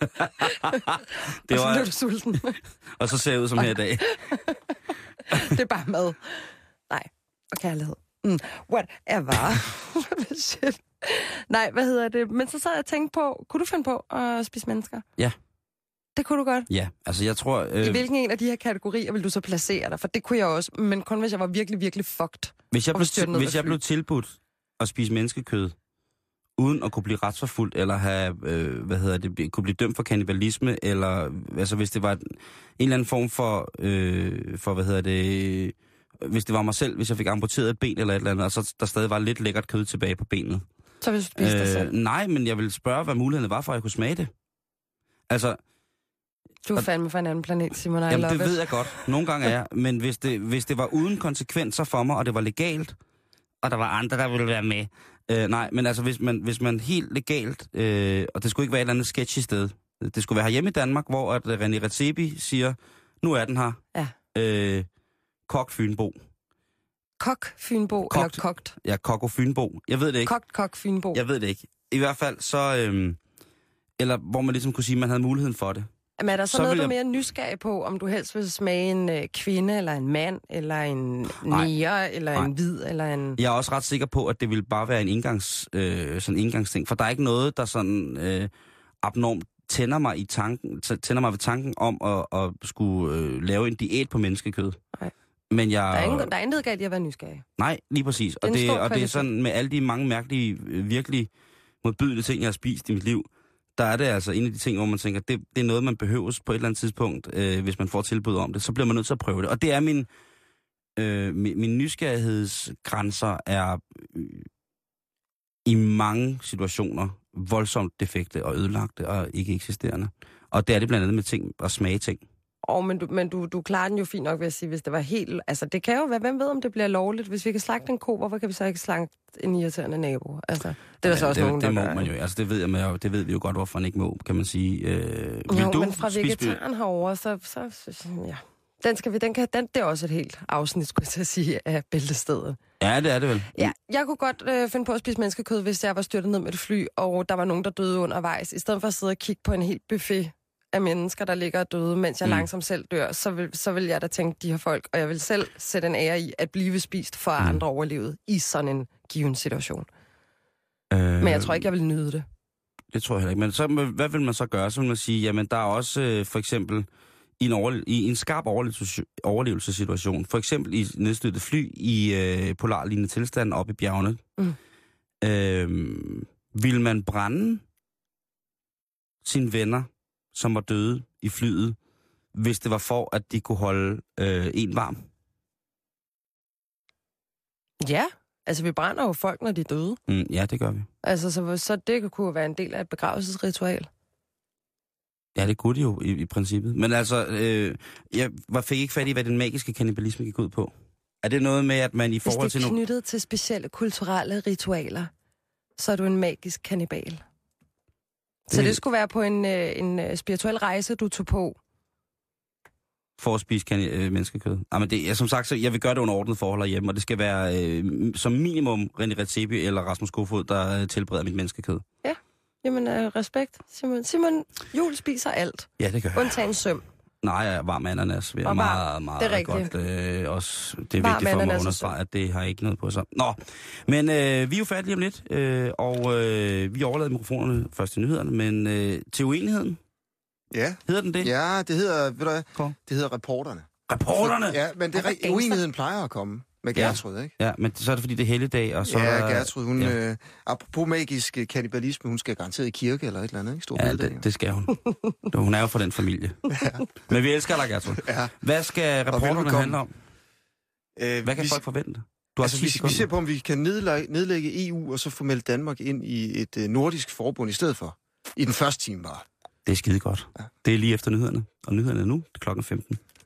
og så var, blev du sulten. og så ser jeg ud som her i dag. Det er bare mad. Nej, og kærlighed. Mm, whatever. Shit. Nej, hvad hedder det? Men så sad jeg og tænkte på, kunne du finde på at spise mennesker? Ja. Det kunne du godt. Ja, altså jeg tror... Øh, I hvilken en af de her kategorier vil du så placere dig? For det kunne jeg også, men kun hvis jeg var virkelig, virkelig fucked. hvis jeg, og blev, styrte til, ned hvis af jeg fly. blev tilbudt at spise menneskekød, uden at kunne blive retsforfulgt, eller have, øh, hvad hedder det, kunne blive dømt for kannibalisme, eller altså hvis det var en eller anden form for, øh, for hvad hedder det, hvis det var mig selv, hvis jeg fik amputeret et ben eller et eller andet, og så der stadig var lidt lækkert kød tilbage på benet. Så hvis du spiste dig selv. Nej, men jeg ville spørge, hvad mulighederne var for, at jeg kunne smage det. Altså, Du er fandme fra en anden planet, Simon. I jamen, love det it. ved jeg godt. Nogle gange er jeg. Men hvis det, hvis det var uden konsekvenser for mig, og det var legalt, og der var andre, der ville være med. Øh, nej, men altså, hvis man, hvis man helt legalt, øh, og det skulle ikke være et eller andet sketchy sted. Det skulle være herhjemme i Danmark, hvor at René Redzepi siger, nu er den her. Ja. Øh, Kok Fynbo. Kok Fynbo, Kogt. eller kogt. Ja, Kok og Fynbo. Jeg ved det ikke. Kogt kok Fynbo. Jeg ved det ikke. I hvert fald så... Øh, eller hvor man ligesom kunne sige, at man havde muligheden for det. Men er der så, Så noget, vil du er jeg- mere nysgerrig på, om du helst vil smage en øh, kvinde, eller en mand, eller en Nej. nære, eller Nej. en hvid, eller en... Jeg er også ret sikker på, at det ville bare være en indgangs, øh, sådan en indgangsting. For der er ikke noget, der sådan øh, abnormt tænder mig, i tanken, t- tænder mig ved tanken om at, at skulle øh, lave en diæt på menneskekød. Nej. Men jeg... Der er, ingen, der er intet galt i at være nysgerrig. Nej, lige præcis. Og Det er en det, stor og det er kvalitet. sådan med alle de mange mærkelige, øh, virkelig modbydelige ting, jeg har spist i mit liv, der er det altså en af de ting, hvor man tænker, det, det er noget, man behøves på et eller andet tidspunkt, øh, hvis man får tilbud om det, så bliver man nødt til at prøve det. Og det er min, øh, min, min nysgerrighedsgrænser er øh, i mange situationer voldsomt defekte og ødelagte og ikke eksisterende. Og det er det blandt andet med ting og smage ting. Og, men du, men du, du klarer den jo fint nok ved at sige, hvis det var helt... Altså, det kan jo være, hvem ved, om det bliver lovligt. Hvis vi kan slagte en ko, hvorfor kan vi så ikke slagte en irriterende nabo? Altså, det er der så også det, nogen, det der må gør. man jo. Altså, det ved, jeg, med, det ved vi jo godt, hvorfor man ikke må, kan man sige. Øh, vil Jo, du men fra spise- vegetaren herovre, så, så, så... Ja. Den skal vi... Den kan, den, det er også et helt afsnit, skulle jeg til at sige, af bæltestedet. Ja, det er det vel. Ja, jeg kunne godt øh, finde på at spise menneskekød, hvis jeg var styrtet ned med et fly, og der var nogen, der døde undervejs. I stedet for at sidde og kigge på en helt buffet af mennesker, der ligger og døde, mens jeg Mm. langsomt selv dør, så vil, så vil jeg da tænke, de her folk, og jeg vil selv sætte en ære i at blive spist for at Mm. andre overlevet i sådan en given situation. Øh, Men jeg tror ikke, jeg vil nyde det. Det tror jeg heller ikke. Men så, hvad vil man så gøre? Så vil man sige, jamen der er også øh, for eksempel i en, overle- i en skarp overlevelses- overlevelsessituation, for eksempel i nedstødte fly i øh, polarlignende tilstand op i bjergene, Mm. øh, vil man brænde sine venner, som var døde i flyet, hvis det var for, at de kunne holde øh, en varm? Ja, altså vi brænder jo folk, når de er døde. Mm, ja, det gør vi. Altså, så, så det kunne være en del af et begravelsesritual. Ja, det kunne de jo i, i princippet. Men altså, øh, jeg var- fik ikke fat i, hvad den magiske kannibalisme gik ud på. Er det noget med, at man i Hvis forhold det til er nogle... knyttet til specielle kulturelle ritualer, så er du en magisk kannibal. Det... Så det skulle være på en, øh, en øh, spirituel rejse, du tog på. For at spise kan, øh, menneskekød. Jamen det, ja, som sagt, så jeg vil gøre det under ordnet forhold hjemme, og det skal være øh, som minimum René Redzepi eller Rasmus Kofod, der øh, tilbereder mit menneskekød. Jamen, øh, respekt, Simon. Simon, Jul spiser alt. Ja, det gør jeg. Undtagen søm. Nej, ja, varm ananas vil jeg meget, meget det er godt. Øh, også, det er varm vigtigt for mig at ananas understrege, at det har ikke noget på sig. Nå, men øh, vi er jo færdige om lidt, øh, og øh, vi overlader mikrofonerne først til nyhederne, men øh, til uenigheden. Ja. Hedder den det? Ja, det hedder, ved du hvad, Kom. det hedder reporterne. Reporterne? Ja, men det er uenigheden plejer at komme med Gertrud, ja. ikke? Ja, men så er det fordi, det er helligdag, og så... Ja, Gertrud, hun... Ja. Øh, apropos magisk kannibalisme, hun skal garanteret i kirke eller et eller andet, ikke? Stor Ja, det, det skal hun. Hun er jo fra den familie. Ja. Men vi elsker dig, Gertrud. Ja. Hvad skal reporterne handle om? Øh, Hvad kan vi, folk forvente? Du har altså, vi, vi ser på, om vi kan nedlægge, nedlægge E U, og så få meldt Danmark ind i et øh, nordisk forbund i stedet for. I den første time bare. Det er skide godt. Ja. Det er lige efter nyhederne. Og nyhederne er nu, det er klokken femten.